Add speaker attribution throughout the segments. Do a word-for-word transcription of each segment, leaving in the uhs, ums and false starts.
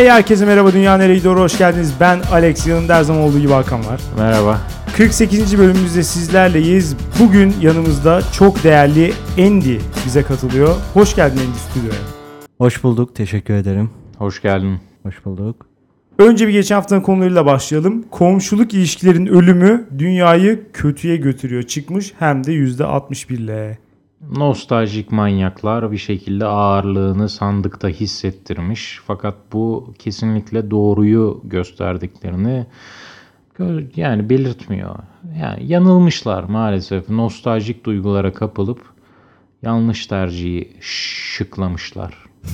Speaker 1: Hey herkese merhaba, Dünya Nereye Gidiyor, hoş geldiniz. Ben Alex, yanımda her zaman olduğu gibi Hakan var.
Speaker 2: Merhaba.
Speaker 1: kırk sekizinci bölümümüzde sizlerleyiz. Bugün yanımızda çok değerli Andy bize katılıyor. Hoş geldin Andy stüdyoya.
Speaker 3: Hoş bulduk, teşekkür ederim.
Speaker 2: Hoş geldin.
Speaker 3: Hoş bulduk.
Speaker 1: Önce bir geçen haftanın konularıyla başlayalım. Komşuluk ilişkilerin ölümü dünyayı kötüye götürüyor çıkmış, hem de yüzde altmış bir ile.
Speaker 2: Nostaljik manyaklar bir şekilde ağırlığını sandıkta hissettirmiş. Fakat bu kesinlikle doğruyu gösterdiklerini yani belirtmiyor. Yani yanılmışlar maalesef. Nostaljik duygulara kapılıp yanlış tercihi şıklamışlar.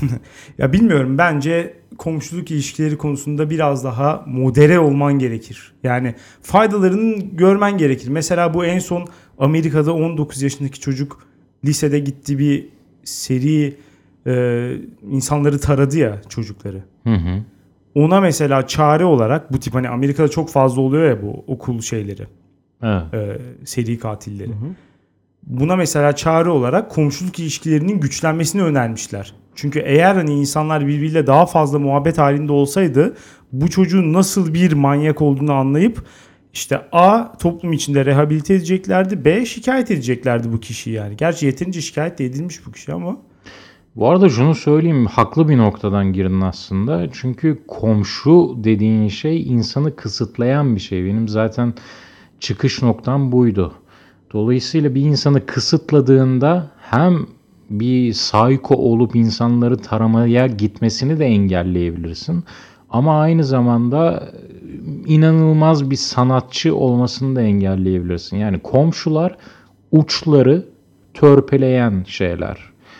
Speaker 1: Ya bilmiyorum, bence komşuluk ilişkileri konusunda biraz daha modere olman gerekir. Yani faydalarını görmen gerekir. Mesela bu en son Amerika'da on dokuz yaşındaki çocuk lisede gitti, bir seri e, insanları taradı ya, çocukları.
Speaker 2: Hı hı.
Speaker 1: Ona mesela çare olarak bu tip, hani Amerika'da çok fazla oluyor ya bu okul şeyleri.
Speaker 2: Evet.
Speaker 1: E, seri katilleri. Hı hı. Buna mesela çare olarak komşuluk ilişkilerinin güçlenmesini önermişler. Çünkü eğer hani insanlar birbiriyle daha fazla muhabbet halinde olsaydı, bu çocuğun nasıl bir manyak olduğunu anlayıp işte A, toplum içinde rehabilite edeceklerdi, B, şikayet edeceklerdi bu kişiyi yani. Gerçi yeterince şikayet de edilmiş bu kişi ama.
Speaker 2: Bu arada şunu söyleyeyim, haklı bir noktadan girdin aslında. Çünkü komşu dediğin şey insanı kısıtlayan bir şey. Benim zaten çıkış noktam buydu. Dolayısıyla bir insanı kısıtladığında hem bir psycho olup insanları taramaya gitmesini de engelleyebilirsin. Ama aynı zamanda inanılmaz bir sanatçı olmasını da engelleyebilirsin. Yani komşular uçları törpüleyen şeyler.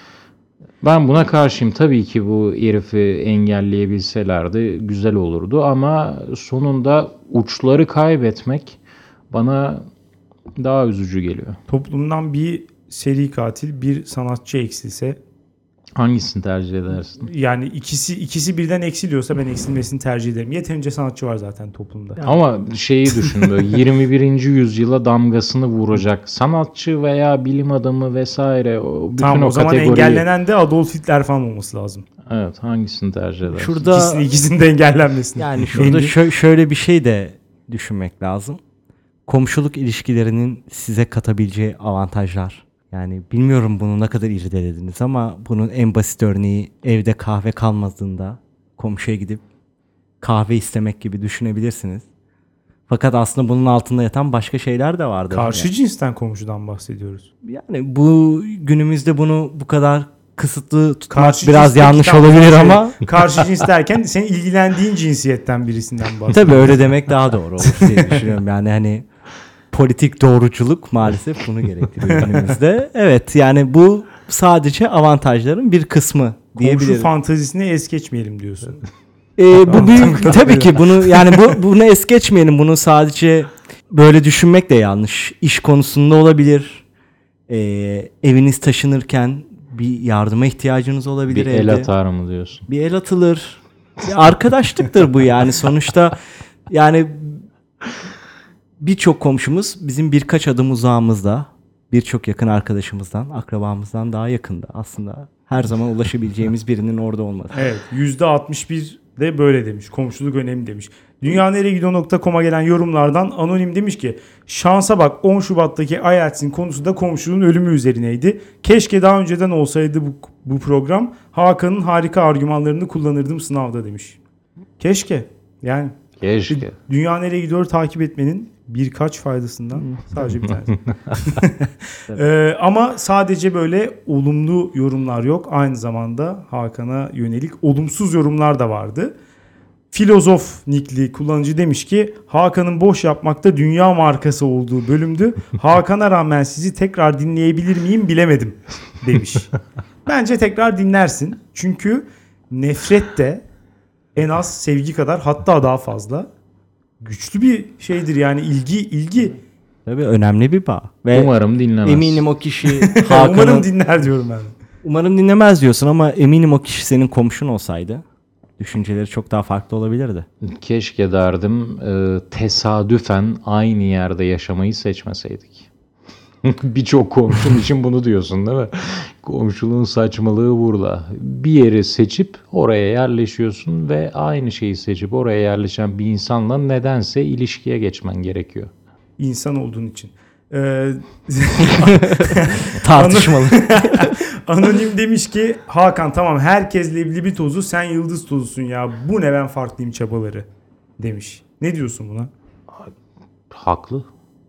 Speaker 2: Ben buna karşıyım. Tabii ki bu herifi engelleyebilselerdi güzel olurdu. Ama sonunda uçları kaybetmek bana daha üzücü geliyor.
Speaker 1: Toplumdan bir seri katil, bir sanatçı eksilse
Speaker 2: hangisini tercih edersin?
Speaker 1: Yani ikisi ikisi birden eksiliyorsa ben eksilmesini tercih ederim. Yeterince sanatçı var zaten toplumda. Yani.
Speaker 2: Ama şeyi düşün, böyle yirmi birinci yüzyıla damgasını vuracak sanatçı veya bilim adamı vesaire, o bütün
Speaker 1: tamam,
Speaker 2: o,
Speaker 1: o zaman
Speaker 2: kategoriyi...
Speaker 1: engellenen de Adolf Hitler falan olması lazım.
Speaker 2: Evet, hangisini tercih edersin?
Speaker 3: Şurada
Speaker 1: İkisini, ikisini de engellenmesin.
Speaker 3: Yani şurada şö- şöyle bir şey de düşünmek lazım. Komşuluk ilişkilerinin size katabileceği avantajlar. Yani bilmiyorum bunu ne kadar irdelediniz ama bunun en basit örneği, evde kahve kalmadığında komşuya gidip kahve istemek gibi düşünebilirsiniz. Fakat aslında bunun altında yatan başka şeyler de vardır.
Speaker 1: Karşı
Speaker 3: yani.
Speaker 1: cinsten komşudan bahsediyoruz.
Speaker 3: Yani bu günümüzde bunu bu kadar kısıtlı tutmak
Speaker 1: Karşı
Speaker 3: biraz yanlış
Speaker 1: tam
Speaker 3: olabilir
Speaker 1: şey,
Speaker 3: ama.
Speaker 1: Karşı cins derken senin ilgilendiğin cinsiyetten birisinden bahsediyoruz.
Speaker 3: Tabii öyle demek daha doğru olur diye düşünüyorum. Yani hani politik doğruculuk maalesef bunu gerektiriyor günümüzde. Evet, yani bu sadece avantajların bir kısmı diyebilirim.
Speaker 1: Komşu fantazisini es geçmeyelim diyorsun.
Speaker 3: Ee, bu büyük tabii ki bunu yani bu bunu es geçmeyelim. Bunu sadece böyle düşünmek de yanlış. İş konusunda olabilir. Ee, eviniz taşınırken bir yardıma ihtiyacınız olabilir
Speaker 2: bir
Speaker 3: evde.
Speaker 2: Bir el atar mı diyorsun?
Speaker 3: Bir el atılır. Bir arkadaşlıktır bu yani sonuçta. Yani birçok komşumuz bizim birkaç adım uzağımızda, birçok yakın arkadaşımızdan, akrabamızdan daha yakında. Aslında her zaman ulaşabileceğimiz birinin orada olması.
Speaker 1: Evet, yüzde altmış bir de böyle demiş. Komşuluk önemli demiş. dünya nereye gidiyor nokta com'a gelen yorumlardan Anonim demiş ki şansa bak, on Şubat'taki I E L T S'in konusu da komşunun ölümü üzerineydi. Keşke daha önceden olsaydı bu, bu program. Hakan'ın harika argümanlarını kullanırdım sınavda demiş. Keşke. Yani
Speaker 2: Keşke.
Speaker 1: Dünya Nereye Gidiyor takip etmenin birkaç faydasından sadece bir tanesi. ee, ama sadece böyle olumlu yorumlar yok. Aynı zamanda Hakan'a yönelik olumsuz yorumlar da vardı. Filozof nickli kullanıcı demiş ki Hakan'ın boş yapmakta dünya markası olduğu bölümdü. Hakan'a rağmen sizi tekrar dinleyebilir miyim bilemedim demiş. Bence tekrar dinlersin. Çünkü nefret de en az sevgi kadar, hatta daha fazla güçlü bir şeydir yani. ilgi ilgi.
Speaker 3: Tabii önemli bir bağ. Ve
Speaker 2: umarım dinlemez.
Speaker 3: Eminim o kişi Hakan'ın...
Speaker 1: Umarım dinler diyorum ben.
Speaker 3: Umarım dinlemez diyorsun ama eminim o kişi senin komşun olsaydı düşünceleri çok daha farklı olabilirdi.
Speaker 2: Keşke derdim e, tesadüfen aynı yerde yaşamayı seçmeseydik. Birçok komşum için bunu diyorsun değil mi? Komşuluğun saçmalığı burada. Bir yeri seçip oraya yerleşiyorsun ve aynı şeyi seçip oraya yerleşen bir insanla nedense ilişkiye geçmen gerekiyor.
Speaker 1: İnsan olduğun için. Ee,
Speaker 3: Tartışmalı.
Speaker 1: Anonim demiş ki Hakan tamam herkes leblebi tozu sen yıldız tozusun ya. Bu ne ben farklıyım çabaları demiş. Ne diyorsun buna?
Speaker 2: Haklı.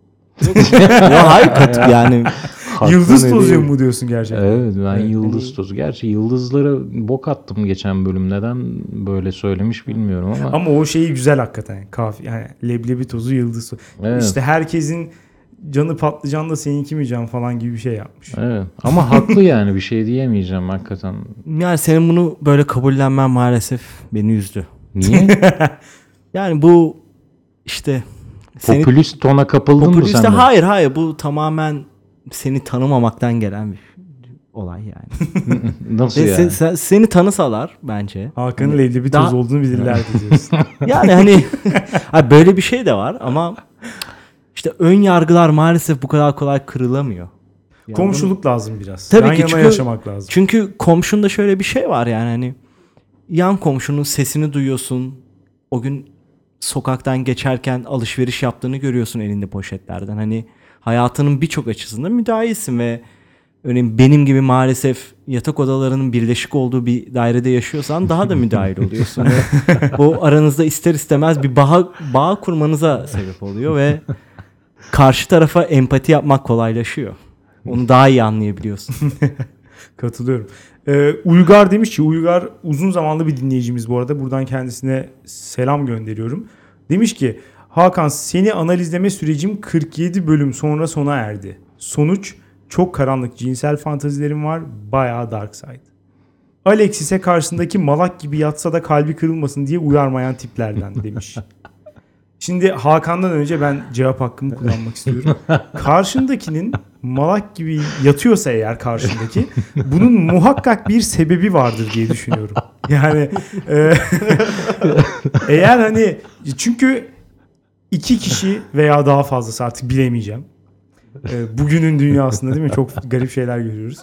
Speaker 3: Ya hayır kat yani
Speaker 2: Haklı
Speaker 1: Yıldız
Speaker 2: ne
Speaker 1: tozuyum
Speaker 2: diyeyim?
Speaker 1: mu diyorsun gerçekten?
Speaker 2: Evet ben
Speaker 1: Evet.
Speaker 2: yıldız tozu. Gerçi yıldızlara bok attım geçen bölüm. Neden böyle söylemiş bilmiyorum ama.
Speaker 1: Ama o şeyi güzel hakikaten. Kafi, yani leblebi tozu yıldız tozu.
Speaker 2: Evet.
Speaker 1: İşte herkesin canı patlıcan da seninki mi can falan gibi bir şey yapmış.
Speaker 2: Evet. Ama haklı yani bir şey diyemeyeceğim hakikaten.
Speaker 3: yani senin bunu böyle kabullenmen maalesef beni üzdü.
Speaker 2: Niye?
Speaker 3: Yani bu işte seni
Speaker 2: Popülist tona kapıldın mı
Speaker 3: popüliste
Speaker 2: sen de?
Speaker 3: hayır hayır bu tamamen seni tanımamaktan gelen bir olay yani.
Speaker 2: Nasıl
Speaker 3: Ve
Speaker 2: yani?
Speaker 3: sen- sen- seni tanısalar bence.
Speaker 1: Hakan'ın
Speaker 3: hani
Speaker 1: leblebi
Speaker 3: daha-
Speaker 1: tozu olduğunu bilirlerdi diyorsun.
Speaker 3: Yani hani ha, böyle bir şey de var ama işte ön yargılar maalesef bu kadar kolay kırılamıyor. Yani
Speaker 1: Komşuluk lazım biraz.
Speaker 3: Tabii
Speaker 1: Yan
Speaker 3: ki
Speaker 1: yana
Speaker 3: çünkü-
Speaker 1: yaşamak lazım.
Speaker 3: Çünkü komşunda şöyle bir şey var yani hani yan komşunun sesini duyuyorsun. O gün sokaktan geçerken alışveriş yaptığını görüyorsun elinde poşetlerden. Hani hayatının birçok açısında müdahilsin ve örneğin benim gibi maalesef yatak odalarının birleşik olduğu bir dairede yaşıyorsan daha da müdahil oluyorsun. Ve bu aranızda ister istemez bir bağ, bağ kurmanıza sebep oluyor ve karşı tarafa empati yapmak kolaylaşıyor. Onu daha iyi anlayabiliyorsun.
Speaker 1: Katılıyorum. Ee, Uygar demiş ki Uygar uzun zamanlı bir dinleyicimiz bu arada. Buradan kendisine selam gönderiyorum. Demiş ki Hakan seni analizleme sürecim kırk yedi bölüm sonra sona erdi. Sonuç çok karanlık cinsel fantazilerim var. Bayağı dark side. Alex ise karşısındaki malak gibi yatsa da kalbi kırılmasın diye uyarmayan tiplerden demiş. Şimdi Hakan'dan önce ben cevap hakkımı kullanmak istiyorum. Karşındakinin malak gibi yatıyorsa eğer karşındaki bunun muhakkak bir sebebi vardır diye düşünüyorum. Yani e, eğer hani çünkü iki kişi veya daha fazlası artık bilemeyeceğim. E, bugünün dünyasında değil mi? Çok garip şeyler görüyoruz.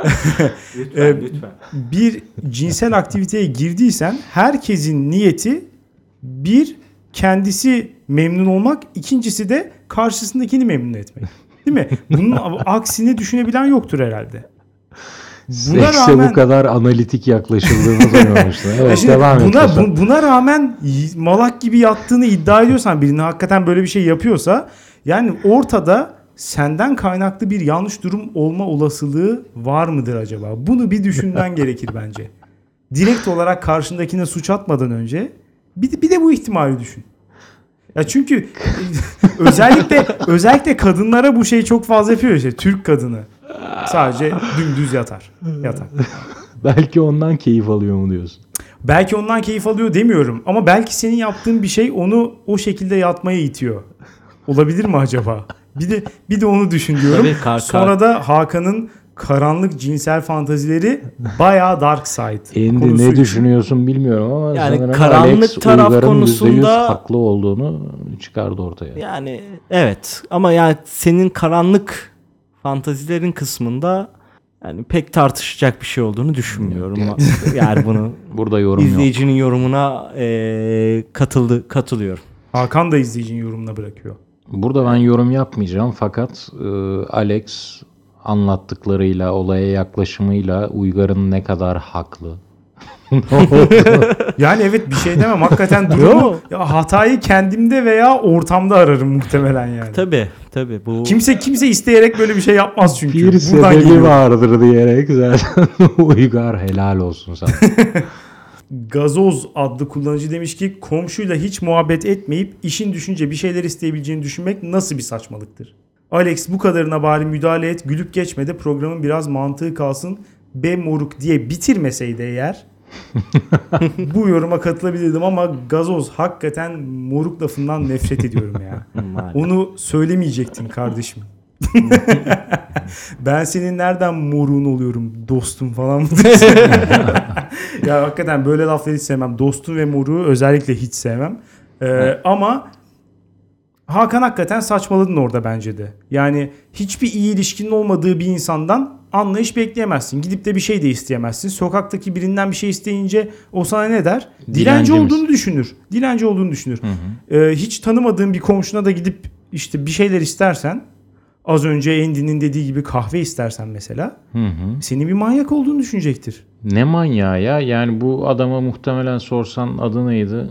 Speaker 1: E, bir cinsel aktiviteye girdiysen herkesin niyeti bir kendisi memnun olmak, ikincisi de karşısındakini memnun etmek. Değil mi? Bunun aksini düşünebilen yoktur herhalde. Buna
Speaker 2: Sekse
Speaker 1: rağmen-
Speaker 2: bu kadar analitik yaklaşıldığını duymamıştım. Evet
Speaker 1: Şimdi
Speaker 2: devam et.
Speaker 1: buna,
Speaker 2: lütfen.
Speaker 1: bu- buna rağmen y- malak gibi yattığını iddia ediyorsan birine hakikaten böyle bir şey yapıyorsa yani ortada senden kaynaklı bir yanlış durum olma olasılığı var mıdır acaba? Bunu bir düşünmen gerekir bence. Direkt olarak karşındakine suç atmadan önce bir de, bir de bu ihtimali düşün. Ya çünkü özellikle özellikle kadınlara bu şey çok fazla yapıyor işte Türk kadını. Sadece dümdüz yatar. Yatar.
Speaker 2: Belki ondan keyif alıyor mu diyorsun?
Speaker 1: Belki ondan keyif alıyor demiyorum ama belki senin yaptığın bir şey onu o şekilde yatmaya itiyor. Olabilir mi acaba? Bir de bir de onu düşün diyorum.
Speaker 3: Tabii, kar- kar-
Speaker 1: Sonra da Hakan'ın karanlık cinsel fantazileri bayağı dark side.
Speaker 2: Endi
Speaker 1: konusu
Speaker 2: ne
Speaker 1: için.
Speaker 2: düşünüyorsun bilmiyorum ama
Speaker 3: Yani
Speaker 2: sanırım
Speaker 3: karanlık
Speaker 2: Alex
Speaker 3: taraf
Speaker 2: Uygar'ın yüzde yüz
Speaker 3: konusunda-
Speaker 2: haklı olduğunu çıkardı ortaya.
Speaker 3: Yani evet ama yani senin karanlık fantazilerin kısmında yani pek tartışacak bir şey olduğunu düşünmüyorum. Ama yani bunu
Speaker 2: Burada yorum yok.
Speaker 3: izleyicinin yorumuna eee, katıldı katılıyorum.
Speaker 1: Hakan da izleyicinin yorumuna bırakıyor.
Speaker 2: Burada ben yorum yapmayacağım fakat e, Alex anlattıklarıyla, olaya yaklaşımıyla Uygar'ın ne kadar haklı.
Speaker 1: Yani evet bir şey demem. Hakikaten durumu
Speaker 3: Yo.
Speaker 1: ya hatayı kendimde veya ortamda ararım muhtemelen yani.
Speaker 3: Tabii tabii bu
Speaker 1: Kimse kimse isteyerek böyle bir şey yapmaz çünkü.
Speaker 2: Bir
Speaker 1: Buradan
Speaker 2: sebebi
Speaker 1: geliyor.
Speaker 2: vardır diyerek zaten Uygar helal olsun sana.
Speaker 1: Gazoz adlı kullanıcı demiş ki komşuyla hiç muhabbet etmeyip işin düşünce bir şeyler isteyebileceğini düşünmek nasıl bir saçmalıktır? Alex bu kadarına bari müdahale et gülüp geçme de programın biraz mantığı kalsın be moruk diye bitirmeseydi eğer bu yoruma katılabilirdim ama gazoz hakikaten moruk lafından nefret ediyorum ya.
Speaker 3: maalesef.
Speaker 1: Onu söylemeyecektin kardeşim. Ben senin nereden moruğun oluyorum dostum falan mı diyorsun? Ya hakikaten böyle lafları hiç sevmem. Dostum ve moruğu özellikle hiç sevmem. Ee,
Speaker 2: Evet.
Speaker 1: Ama Hakan hakikaten saçmaladın orada bence de. Yani hiçbir iyi ilişkinin olmadığı bir insandan anlayış bekleyemezsin. Gidip de bir şey de isteyemezsin. Sokaktaki birinden bir şey isteyince o sana ne der? Dilenci
Speaker 2: Dilenci
Speaker 1: olduğunu
Speaker 2: misin?
Speaker 1: düşünür. Dilenci olduğunu düşünür.
Speaker 2: Hı hı.
Speaker 1: Ee, hiç tanımadığın bir komşuna da gidip işte bir şeyler istersen, az önce Andy'nin dediği gibi kahve istersen mesela,
Speaker 2: Hı hı.
Speaker 1: senin bir manyak olduğunu düşünecektir.
Speaker 2: Ne manyağı ya? Yani bu adama muhtemelen sorsan adı neydi?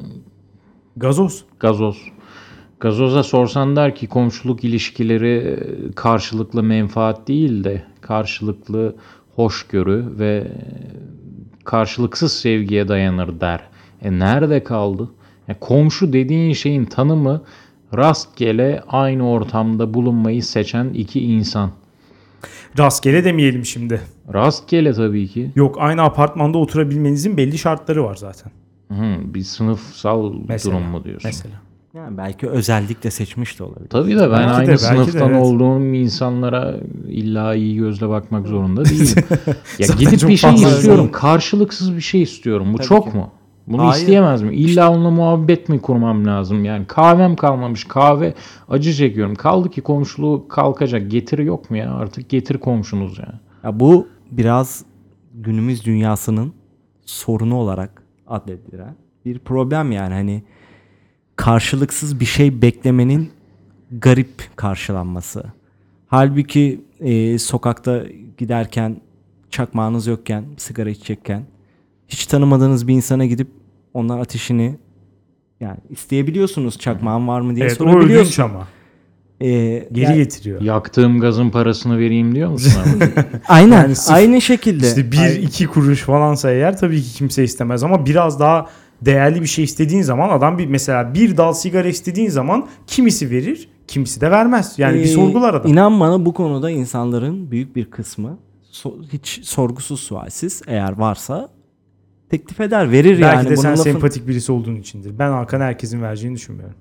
Speaker 1: Gazoz.
Speaker 2: Gazoz. Gazoza sorsan der ki komşuluk ilişkileri karşılıklı menfaat değil de karşılıklı hoşgörü ve karşılıksız sevgiye dayanır der. E nerede kaldı? Ya komşu dediğin şeyin tanımı rastgele aynı ortamda bulunmayı seçen iki insan.
Speaker 1: Rastgele demeyelim şimdi.
Speaker 2: Rastgele tabii ki.
Speaker 1: Yok, aynı apartmanda oturabilmenizin belli şartları var zaten.
Speaker 2: Hı, bir sınıfsal
Speaker 1: Mesela,
Speaker 2: durum mu diyorsun?
Speaker 1: Mesela.
Speaker 3: Yani belki özellikle seçmiş de olabilir.
Speaker 2: Tabii de ben
Speaker 1: Belki de,
Speaker 2: aynı
Speaker 1: belki de,
Speaker 2: sınıftan
Speaker 1: evet.
Speaker 2: olduğum insanlara illa iyi gözle bakmak zorunda değilim. Ya
Speaker 1: Zaten
Speaker 2: gidip
Speaker 1: çok
Speaker 2: bir şey
Speaker 1: fazla
Speaker 2: istiyorum.
Speaker 3: öyle.
Speaker 2: Karşılıksız bir şey istiyorum. Bu
Speaker 3: Tabii
Speaker 2: çok
Speaker 3: ki.
Speaker 2: mu? Bunu
Speaker 3: Hayır.
Speaker 2: isteyemez mi? İlla onunla muhabbet mi kurmam lazım? Yani kahvem kalmamış. Kahve acı çekiyorum. Kaldı ki komşuluğu kalkacak. Getir yok mu ya? Artık getir komşunuz ya.
Speaker 3: Ya bu biraz günümüz dünyasının sorunu olarak adledilen bir problem yani hani karşılıksız bir şey beklemenin garip karşılanması. Halbuki e, sokakta giderken çakmağınız yokken, sigara içecekken hiç tanımadığınız bir insana gidip ondan ateşini yani isteyebiliyorsunuz, çakmağın var mı diye
Speaker 1: Evet, o
Speaker 3: sorabiliyorsunuz.
Speaker 1: ödünç ama.
Speaker 3: E,
Speaker 1: Geri
Speaker 3: yani-
Speaker 1: getiriyor.
Speaker 2: Yaktığım gazın parasını vereyim diyor musun abi?
Speaker 3: Aynen,
Speaker 1: Yani sırf
Speaker 3: aynı şekilde.
Speaker 1: İşte bir
Speaker 3: Ay-
Speaker 1: iki kuruş falansa eğer tabii ki kimse istemez ama biraz daha değerli bir şey istediğin zaman adam bir mesela bir dal sigara istediğin zaman kimisi verir, kimisi de vermez. Yani bir
Speaker 3: Ee,
Speaker 1: sorgular adam.
Speaker 3: İnan bana bu konuda insanların büyük bir kısmı so- hiç sorgusuz sualsiz eğer varsa teklif eder, verir
Speaker 1: Belki
Speaker 3: yani.
Speaker 1: de
Speaker 3: Bunun
Speaker 1: sen
Speaker 3: lafın-
Speaker 1: sempatik birisi olduğun içindir. Ben Hakan'a herkesin vereceğini düşünmüyorum.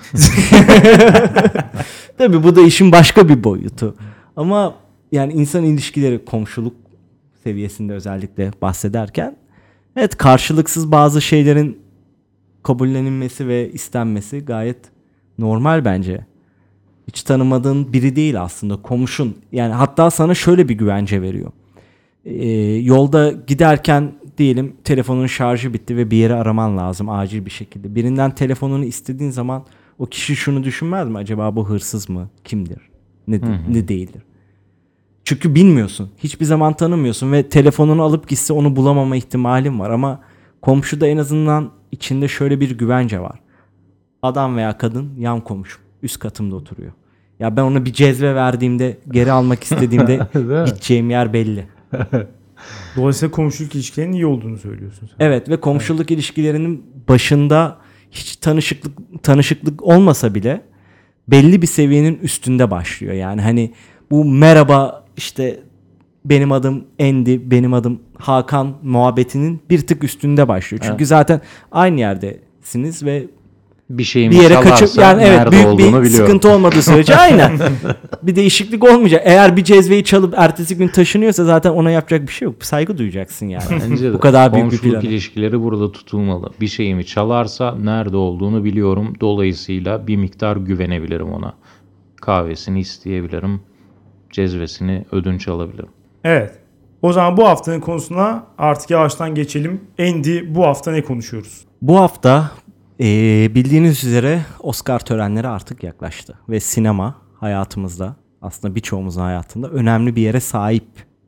Speaker 3: Tabii bu da işin başka bir boyutu. Ama yani insan ilişkileri komşuluk seviyesinde özellikle bahsederken evet karşılıksız bazı şeylerin kabullenilmesi ve istenmesi gayet normal bence. Hiç tanımadığın biri değil aslında komşun. Yani hatta sana şöyle bir güvence veriyor. Ee, yolda giderken diyelim telefonun şarjı bitti ve bir yere araman lazım acil bir şekilde. Birinden telefonunu istediğin zaman o kişi şunu düşünmez mi? Acaba bu hırsız mı? Kimdir? Ne, ne değildir? Çünkü bilmiyorsun. Hiçbir zaman tanımıyorsun ve telefonunu alıp gitse onu bulamama ihtimalin var. Ama komşuda en azından içinde şöyle bir güvence var. Adam veya kadın yan komşum. Üst katımda oturuyor. Ya ben ona bir cezve verdiğimde, geri almak istediğimde
Speaker 2: Değil mi?
Speaker 3: gideceğim yer belli.
Speaker 1: Dolayısıyla komşuluk ilişkilerinin iyi olduğunu söylüyorsun sen.
Speaker 3: Evet ve komşuluk ilişkilerinin başında hiç tanışıklık tanışıklık olmasa bile belli bir seviyenin üstünde başlıyor. Yani hani bu merhaba işte benim adım Andy, benim adım Hakan muhabbetinin bir tık üstünde başlıyor. Çünkü
Speaker 2: Evet.
Speaker 3: zaten aynı yerdesiniz ve
Speaker 2: Bir şeyimi
Speaker 3: bir yere
Speaker 2: çalarsa
Speaker 3: kaçıp yani evet
Speaker 2: nerede
Speaker 3: büyük bir
Speaker 2: olduğunu biliyorum.
Speaker 3: sıkıntı olmadığı sürece aynen. Bir değişiklik olmayacak. Eğer bir cezveyi çalıp ertesi gün taşınıyorsa zaten ona yapacak bir şey yok. Saygı duyacaksın yani.
Speaker 2: Bence de.
Speaker 3: Bu kadar büyük bir
Speaker 2: Komşuluk
Speaker 3: plan.
Speaker 2: ilişkileri burada tutulmalı. Bir şeyimi çalarsa nerede olduğunu biliyorum. Dolayısıyla bir miktar güvenebilirim ona. Kahvesini isteyebilirim. Cezvesini ödünç alabilirim.
Speaker 1: Evet. O zaman bu haftanın konusuna artık yavaştan geçelim. Andy, bu hafta ne konuşuyoruz?
Speaker 3: Bu hafta eee, bildiğiniz üzere Oscar törenleri artık yaklaştı. Ve sinema hayatımızda aslında birçoğumuzun hayatında önemli bir yere sahip.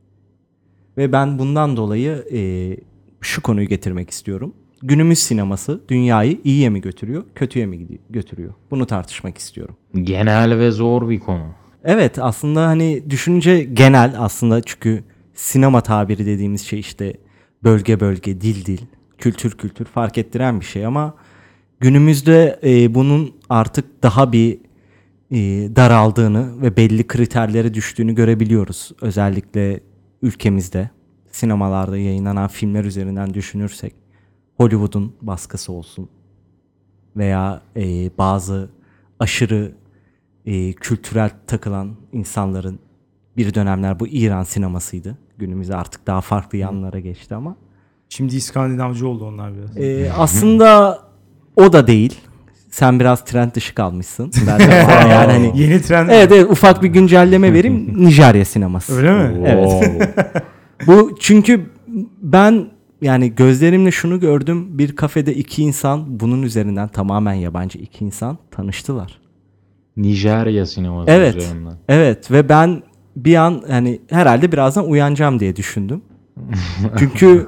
Speaker 3: Ve ben bundan dolayı eee, şu konuyu getirmek istiyorum. Günümüz sineması dünyayı iyiye mi götürüyor, kötüye mi gidiyor- götürüyor? Bunu tartışmak istiyorum.
Speaker 2: Genel ve zor bir konu.
Speaker 3: Evet aslında hani düşünce genel aslında çünkü sinema tabiri dediğimiz şey işte bölge bölge, dil dil, kültür kültür fark ettiren bir şey ama günümüzde e, bunun artık daha bir e, daraldığını ve belli kriterlere düştüğünü görebiliyoruz. Özellikle ülkemizde sinemalarda yayınlanan filmler üzerinden düşünürsek Hollywood'un baskısı olsun veya e, bazı aşırı e, kültürel takılan insanların bir dönemler bu İran sinemasıydı. Günümüzde artık daha farklı yanlara geçti ama.
Speaker 1: Şimdi İskandinavcı oldu onlar biraz.
Speaker 3: E, aslında o da değil. sen biraz trend dışı kalmışsın. Zaten var yani hani,
Speaker 1: Yeni trend.
Speaker 3: evet, evet, ufak bir güncelleme vereyim. Nijerya sineması.
Speaker 1: Öyle mi?
Speaker 3: Evet. Bu çünkü ben yani gözlerimle şunu gördüm. Bir kafede iki insan bunun üzerinden, tamamen yabancı iki insan tanıştılar.
Speaker 2: Nijerya sineması
Speaker 3: Evet.
Speaker 2: üzerinden.
Speaker 3: Evet ve ben bir an hani herhalde birazdan uyanacağım diye düşündüm. Çünkü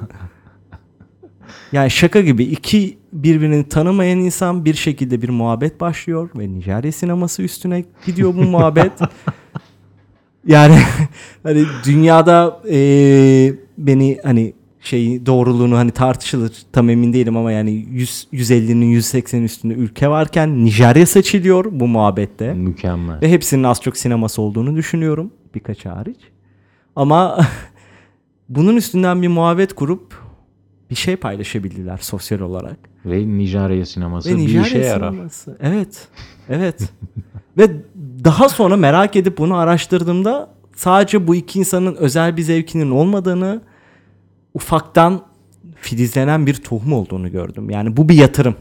Speaker 3: yani şaka gibi iki birbirini tanımayan insan bir şekilde bir muhabbet başlıyor ve Nijerya sineması üstüne gidiyor bu muhabbet. Yani hani dünyada eee, beni hani şey doğruluğunu hani tartışılır, tam emin değilim ama yani yüz yüz ellinin yüz seksenin üstünde ülke varken Nijerya seçiliyor bu muhabbette.
Speaker 2: Mükemmel.
Speaker 3: Ve hepsinin az çok sineması olduğunu düşünüyorum. Birkaç hariç. Ama bunun üstünden bir muhabbet kurup bir şey paylaşabildiler sosyal olarak.
Speaker 2: Ve Nijerya sineması
Speaker 3: Ve
Speaker 2: bir
Speaker 3: Nijerya
Speaker 2: işe yarar.
Speaker 3: sineması. Evet. Evet. Ve daha sonra merak edip bunu araştırdığımda sadece bu iki insanın özel bir zevkinin olmadığını, ufaktan filizlenen bir tohum olduğunu gördüm. Yani bu bir yatırım.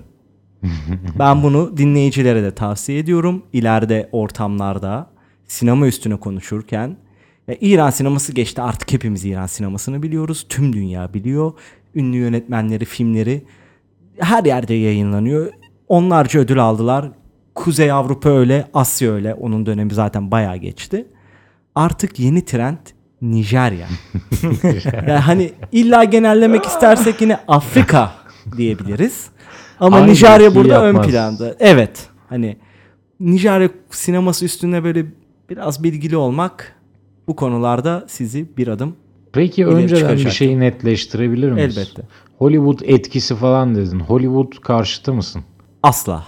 Speaker 3: Ben bunu dinleyicilere de tavsiye ediyorum. İleride ortamlarda sinema üstüne konuşurken, ya İran sineması geçti, artık hepimiz İran sinemasını biliyoruz. Tüm dünya biliyor. Ünlü yönetmenleri, filmleri her yerde yayınlanıyor. Onlarca ödül aldılar. Kuzey Avrupa öyle, Asya öyle. Onun dönemi zaten bayağı geçti. Artık yeni trend Nijerya. Yani hani illa genellemek istersek yine Afrika diyebiliriz. Ama
Speaker 2: Aynı
Speaker 3: Nijerya
Speaker 2: etkiyi
Speaker 3: burada
Speaker 2: yapmaz.
Speaker 3: ön planda. Evet. Hani Nijerya sineması üstünde böyle biraz bilgili olmak bu konularda sizi bir adım
Speaker 2: Peki
Speaker 3: İleri
Speaker 2: önceden bir
Speaker 3: çıkacaktır.
Speaker 2: şeyi netleştirebilir miyiz?
Speaker 3: Elbette.
Speaker 2: Hollywood etkisi falan dedin. Hollywood karşıtı mısın?
Speaker 3: asla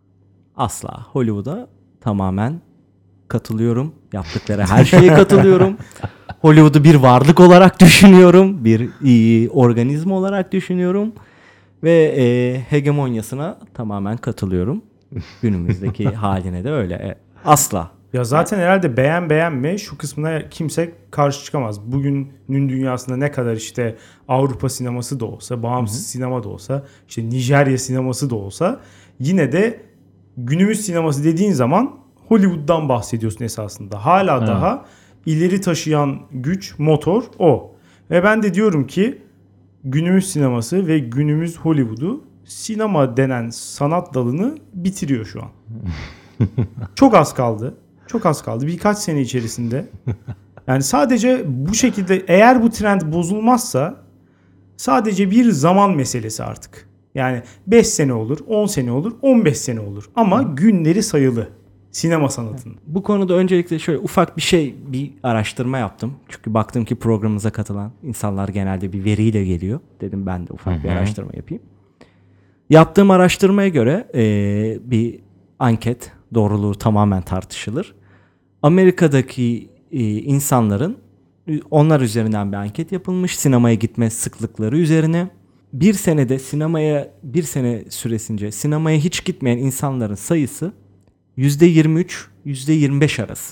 Speaker 3: asla Hollywood'a tamamen katılıyorum. Yaptıkları her şeye katılıyorum. Hollywood'u bir varlık olarak düşünüyorum. Bir iyi organizma olarak düşünüyorum. Ve e, hegemonyasına tamamen katılıyorum. Günümüzdeki haline de öyle. E, asla.
Speaker 1: Ya zaten herhalde beğen beğenme şu kısmına kimse karşı çıkamaz. Bugünün dünyasında ne kadar işte Avrupa sineması da olsa, bağımsız sinema da olsa, işte Nijerya sineması da olsa, yine de günümüz sineması dediğin zaman Hollywood'dan bahsediyorsun esasında. Hala
Speaker 2: Evet.
Speaker 1: daha ileri taşıyan güç, motor o. Ve ben de diyorum ki günümüz sineması ve günümüz Hollywood'u, sinema denen sanat dalını bitiriyor şu an. Çok az kaldı. Çok az kaldı. Birkaç sene içerisinde. Yani sadece bu şekilde, eğer bu trend bozulmazsa sadece bir zaman meselesi artık. Yani beş sene olur, on sene olur, on beş sene olur. Ama günleri sayılı sinema sanatının.
Speaker 3: Bu konuda öncelikle şöyle ufak bir şey, bir araştırma yaptım. Çünkü baktım ki programımıza katılan insanlar genelde bir veriyle geliyor. Dedim ben de ufak bir araştırma yapayım. Yaptığım araştırmaya göre eee, bir anket, doğruluğu tamamen tartışılır. Amerika'daki e, insanların, onlar üzerinden bir anket yapılmış, sinemaya gitme sıklıkları üzerine. Bir senede sinemaya, bir sene süresince sinemaya hiç gitmeyen insanların sayısı yüzde yirmi üç yüzde yirmi beş arası.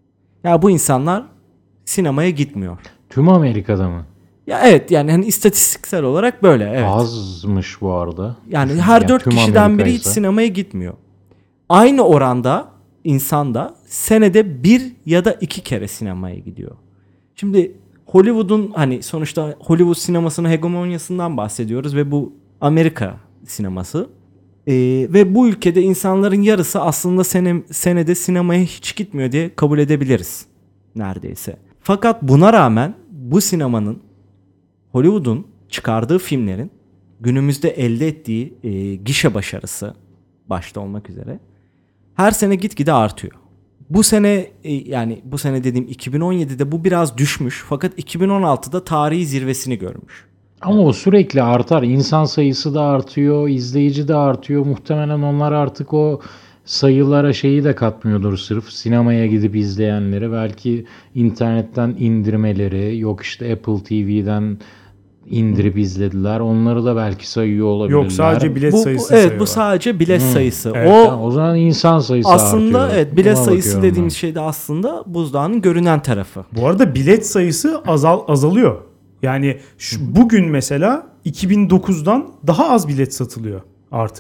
Speaker 3: Ya bu insanlar sinemaya gitmiyor.
Speaker 2: Tüm Amerika'da mı?
Speaker 3: Ya evet, yani hani istatistiksel olarak böyle, evet.
Speaker 2: Azmış bu arada.
Speaker 3: Yani her
Speaker 2: Ya
Speaker 3: dört
Speaker 2: tüm
Speaker 3: kişiden
Speaker 2: Amerika
Speaker 3: biri hiç
Speaker 2: ise.
Speaker 3: sinemaya gitmiyor. Aynı oranda insan da senede bir ya da iki kere sinemaya gidiyor. Şimdi Hollywood'un, hani sonuçta Hollywood sinemasının hegemonyasından bahsediyoruz ve bu Amerika sineması. Ee, ve bu ülkede insanların yarısı aslında sene, senede sinemaya hiç gitmiyor diye kabul edebiliriz neredeyse. Fakat buna rağmen bu sinemanın, Hollywood'un çıkardığı filmlerin günümüzde elde ettiği e, gişe başarısı başta olmak üzere her sene gitgide artıyor. Bu sene e, yani bu sene dediğim iki bin on yedide bu biraz düşmüş, fakat iki bin on altıda tarihi zirvesini görmüş.
Speaker 2: Ama o sürekli artar. İnsan sayısı da artıyor, izleyici de artıyor. Muhtemelen onlar artık o sayılara şeyi de katmıyordur sırf. Sinemaya gidip izleyenleri. Belki internetten indirmeleri, yok işte Apple T V'den indirip izlediler. Onları da belki sayıyor olabilirler.
Speaker 1: Yok, sadece bilet
Speaker 3: Bu, bu
Speaker 1: sayısı
Speaker 3: evet
Speaker 1: sayıyorlar.
Speaker 3: bu sadece bilet sayısı.
Speaker 1: Evet,
Speaker 3: o
Speaker 2: Ha, o zaman insan sayısı
Speaker 3: aslında
Speaker 2: artıyor.
Speaker 3: evet, bilet
Speaker 2: Ona
Speaker 3: sayısı
Speaker 2: bakıyorum
Speaker 3: dediğimiz
Speaker 2: ben.
Speaker 3: şey de aslında buzdağının görünen tarafı.
Speaker 1: Bu arada bilet sayısı azal azalıyor. Yani şu, bugün mesela iki bin dokuzdan daha az bilet satılıyor artık.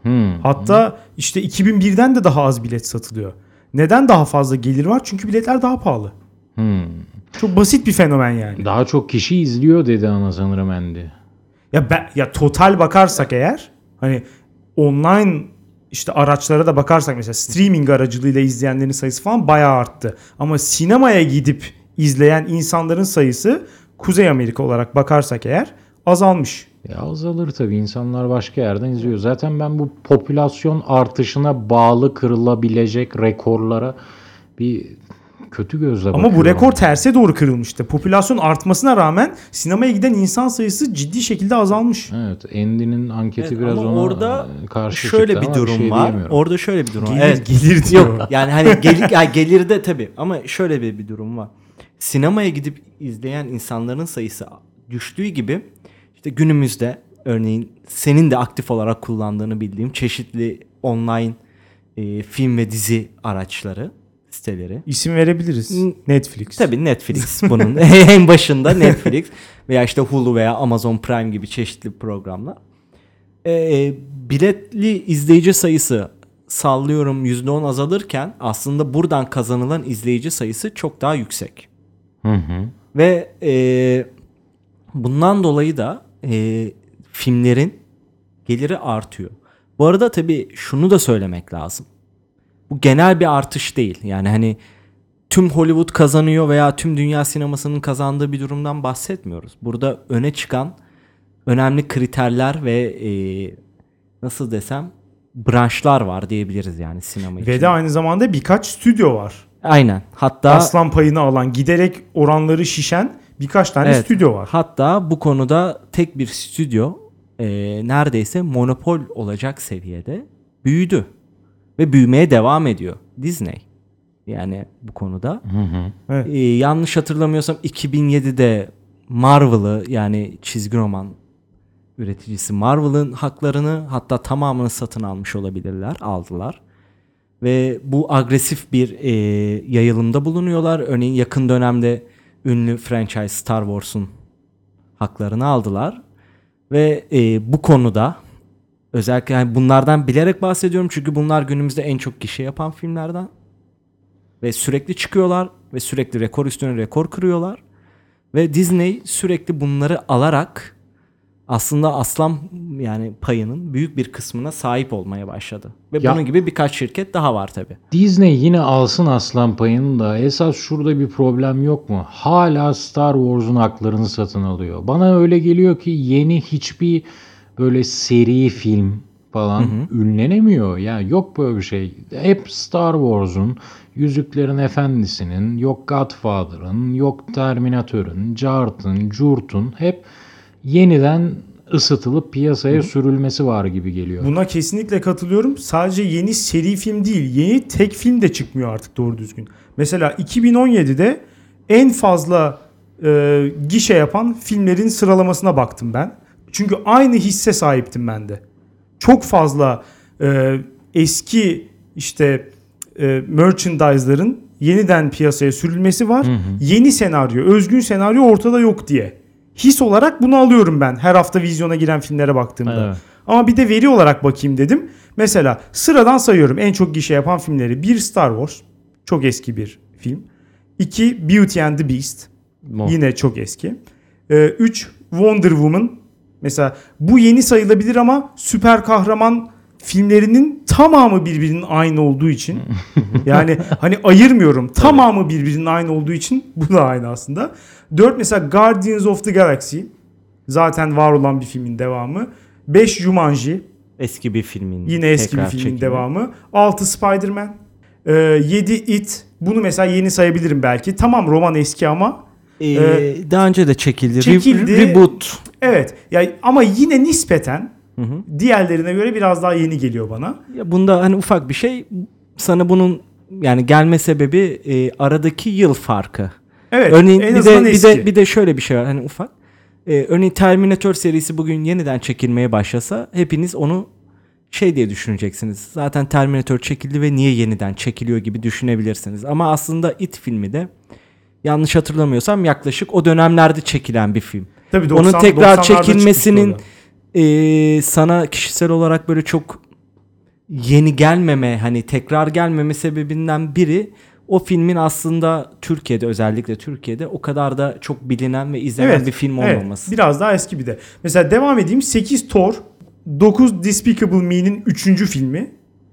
Speaker 2: Hmm.
Speaker 1: Hatta işte iki bin birden de daha az bilet satılıyor. Neden daha fazla gelir var? Çünkü biletler daha pahalı.
Speaker 2: Hmm.
Speaker 1: Çok basit bir fenomen yani.
Speaker 2: Daha çok kişi izliyor dedi ama sanırım Andy.
Speaker 1: Ya ben, ya total bakarsak eğer hani online işte araçlara da bakarsak mesela streaming aracılığıyla izleyenlerin sayısı falan bayağı arttı. Ama sinemaya gidip izleyen insanların sayısı Kuzey Amerika olarak bakarsak eğer azalmış.
Speaker 2: Ya azalır tabii. İnsanlar başka yerden izliyor. Zaten ben bu popülasyon artışına bağlı kırılabilecek rekorlara bir kötü gözle bakıyorum.
Speaker 1: Ama bu rekor terse doğru kırılmıştı. Popülasyon artmasına rağmen sinemaya giden insan sayısı ciddi şekilde azalmış.
Speaker 2: Evet, Andy'nin anketi
Speaker 3: Evet,
Speaker 2: biraz
Speaker 3: ama
Speaker 2: ona
Speaker 3: orada
Speaker 2: karşı
Speaker 3: şöyle
Speaker 2: çıktı
Speaker 3: bir
Speaker 2: ama
Speaker 3: durum
Speaker 2: şey
Speaker 3: var.
Speaker 2: diyemiyorum.
Speaker 3: Orada şöyle bir durum var.
Speaker 1: Gelir,
Speaker 3: Evet.
Speaker 1: gelir diyor.
Speaker 3: Yok yani hani gelir yani gelirde tabii ama şöyle bir, bir durum var. Sinemaya gidip izleyen insanların sayısı düştüğü gibi işte günümüzde örneğin senin de aktif olarak kullandığını bildiğim çeşitli online e, film ve dizi araçları, siteleri.
Speaker 1: İsim verebiliriz.
Speaker 3: Hmm.
Speaker 1: Netflix.
Speaker 3: Tabii Netflix bunun en başında Netflix veya işte Hulu veya Amazon Prime gibi çeşitli programlar. E, biletli izleyici sayısı sallıyorum yüzde on azalırken aslında buradan kazanılan izleyici sayısı çok daha yüksek.
Speaker 2: Hı hı.
Speaker 3: Ve e, bundan dolayı da e, filmlerin geliri artıyor. Bu arada tabii şunu da söylemek lazım. Bu genel bir artış değil. Yani hani tüm Hollywood kazanıyor veya tüm dünya sinemasının kazandığı bir durumdan bahsetmiyoruz. Burada öne çıkan önemli kriterler ve e, nasıl desem branşlar var diyebiliriz yani sinema için.
Speaker 1: Ve de aynı zamanda birkaç stüdyo var.
Speaker 3: Aynen. Hatta
Speaker 1: Aslan payını alan, giderek oranları şişen birkaç tane
Speaker 3: evet,
Speaker 1: stüdyo var.
Speaker 3: hatta bu konuda tek bir stüdyo e, neredeyse monopol olacak seviyede büyüdü ve büyümeye devam ediyor. Disney. Yani bu konuda.
Speaker 2: Hı hı.
Speaker 1: Evet.
Speaker 3: Ee, yanlış hatırlamıyorsam iki bin yedide Marvel'ı yani çizgi roman üreticisi Marvel'ın haklarını hatta tamamını satın almış olabilirler, aldılar. Ve bu agresif bir e, yayılımda bulunuyorlar. Örneğin yakın dönemde ünlü franchise Star Wars'un haklarını aldılar. Ve e, bu konuda özellikle yani bunlardan bilerek bahsediyorum çünkü bunlar günümüzde en çok gişe yapan filmlerden. Ve sürekli çıkıyorlar ve sürekli rekor üstüne rekor kırıyorlar. Ve Disney sürekli bunları alarak aslında aslan yani payının büyük bir kısmına sahip olmaya başladı. Ve
Speaker 2: Ya,
Speaker 3: bunun gibi birkaç şirket daha var tabii.
Speaker 2: Disney yine alsın aslan payını da esas şurada bir problem yok mu? Hala Star Wars'un haklarını satın alıyor. Bana öyle geliyor ki yeni hiçbir böyle seri film falan hı hı. ünlenemiyor. Yani yok böyle bir şey. Hep Star Wars'un, Yüzüklerin Efendisi'nin, yok Godfather'ın, yok Terminator'ın, Cart'ın, Curt'un hep yeniden ısıtılıp piyasaya Hı. sürülmesi var gibi geliyor.
Speaker 1: Buna kesinlikle katılıyorum. Sadece yeni seri film değil, yeni tek film de çıkmıyor artık doğru düzgün. Mesela iki bin on yedide en fazla e, gişe yapan filmlerin sıralamasına baktım ben. Çünkü aynı hisse sahiptim ben de. Çok fazla e, eski işte e, merchandise'ların yeniden piyasaya sürülmesi var. Hı hı. Yeni senaryo, özgün senaryo ortada yok diye. His olarak bunu alıyorum ben her hafta vizyona giren filmlere baktığımda. Evet. Ama bir de veri olarak bakayım dedim. Mesela sıradan sayıyorum en çok gişe yapan filmleri. bir Star Wars. Çok eski bir film. iki Beauty and the Beast. Mo. Yine çok eski. üç Wonder Woman. Mesela bu yeni sayılabilir ama süper kahraman filmlerinin tamamı birbirinin aynı olduğu için yani hani ayırmıyorum. Tamamı birbirinin aynı olduğu için bu da aynı aslında. dört mesela Guardians of the Galaxy. Zaten var olan bir filmin devamı. beş Jumanji.
Speaker 3: Eski bir filmin.
Speaker 1: Yine eski bir filmin çekimi. devamı. altı Spider-Man. yedi It. Bunu mesela yeni sayabilirim belki. Tamam roman eski ama.
Speaker 3: Ee, e, daha önce de çekildi.
Speaker 1: çekildi.
Speaker 3: Re- reboot.
Speaker 1: Evet. Yani ama yine nispeten Hı hı. diğerlerine göre biraz daha yeni geliyor bana.
Speaker 3: Ya bunda hani ufak bir şey sana bunun yani gelme sebebi e, aradaki yıl farkı.
Speaker 1: Evet.
Speaker 3: Örneğin bir de, bir de bir de şöyle bir şey var hani ufak. E, örneğin Terminator serisi bugün yeniden çekilmeye başlasa hepiniz onu şey diye düşüneceksiniz. Zaten Terminator çekildi ve niye yeniden çekiliyor gibi düşünebilirsiniz. Ama aslında It filmi de yanlış hatırlamıyorsam yaklaşık o dönemlerde çekilen bir film.
Speaker 1: Tabii doksan,
Speaker 3: onun tekrar çekilmesinin Ee, sana kişisel olarak böyle çok yeni gelmeme, hani tekrar gelmeme sebebinden biri o filmin aslında Türkiye'de, özellikle Türkiye'de o kadar da çok bilinen ve izlenen bir film olmaması.
Speaker 1: Evet, biraz daha eski bir de. Mesela devam edeyim. sekiz Thor, dokuz Despicable Me'nin üçüncü filmi.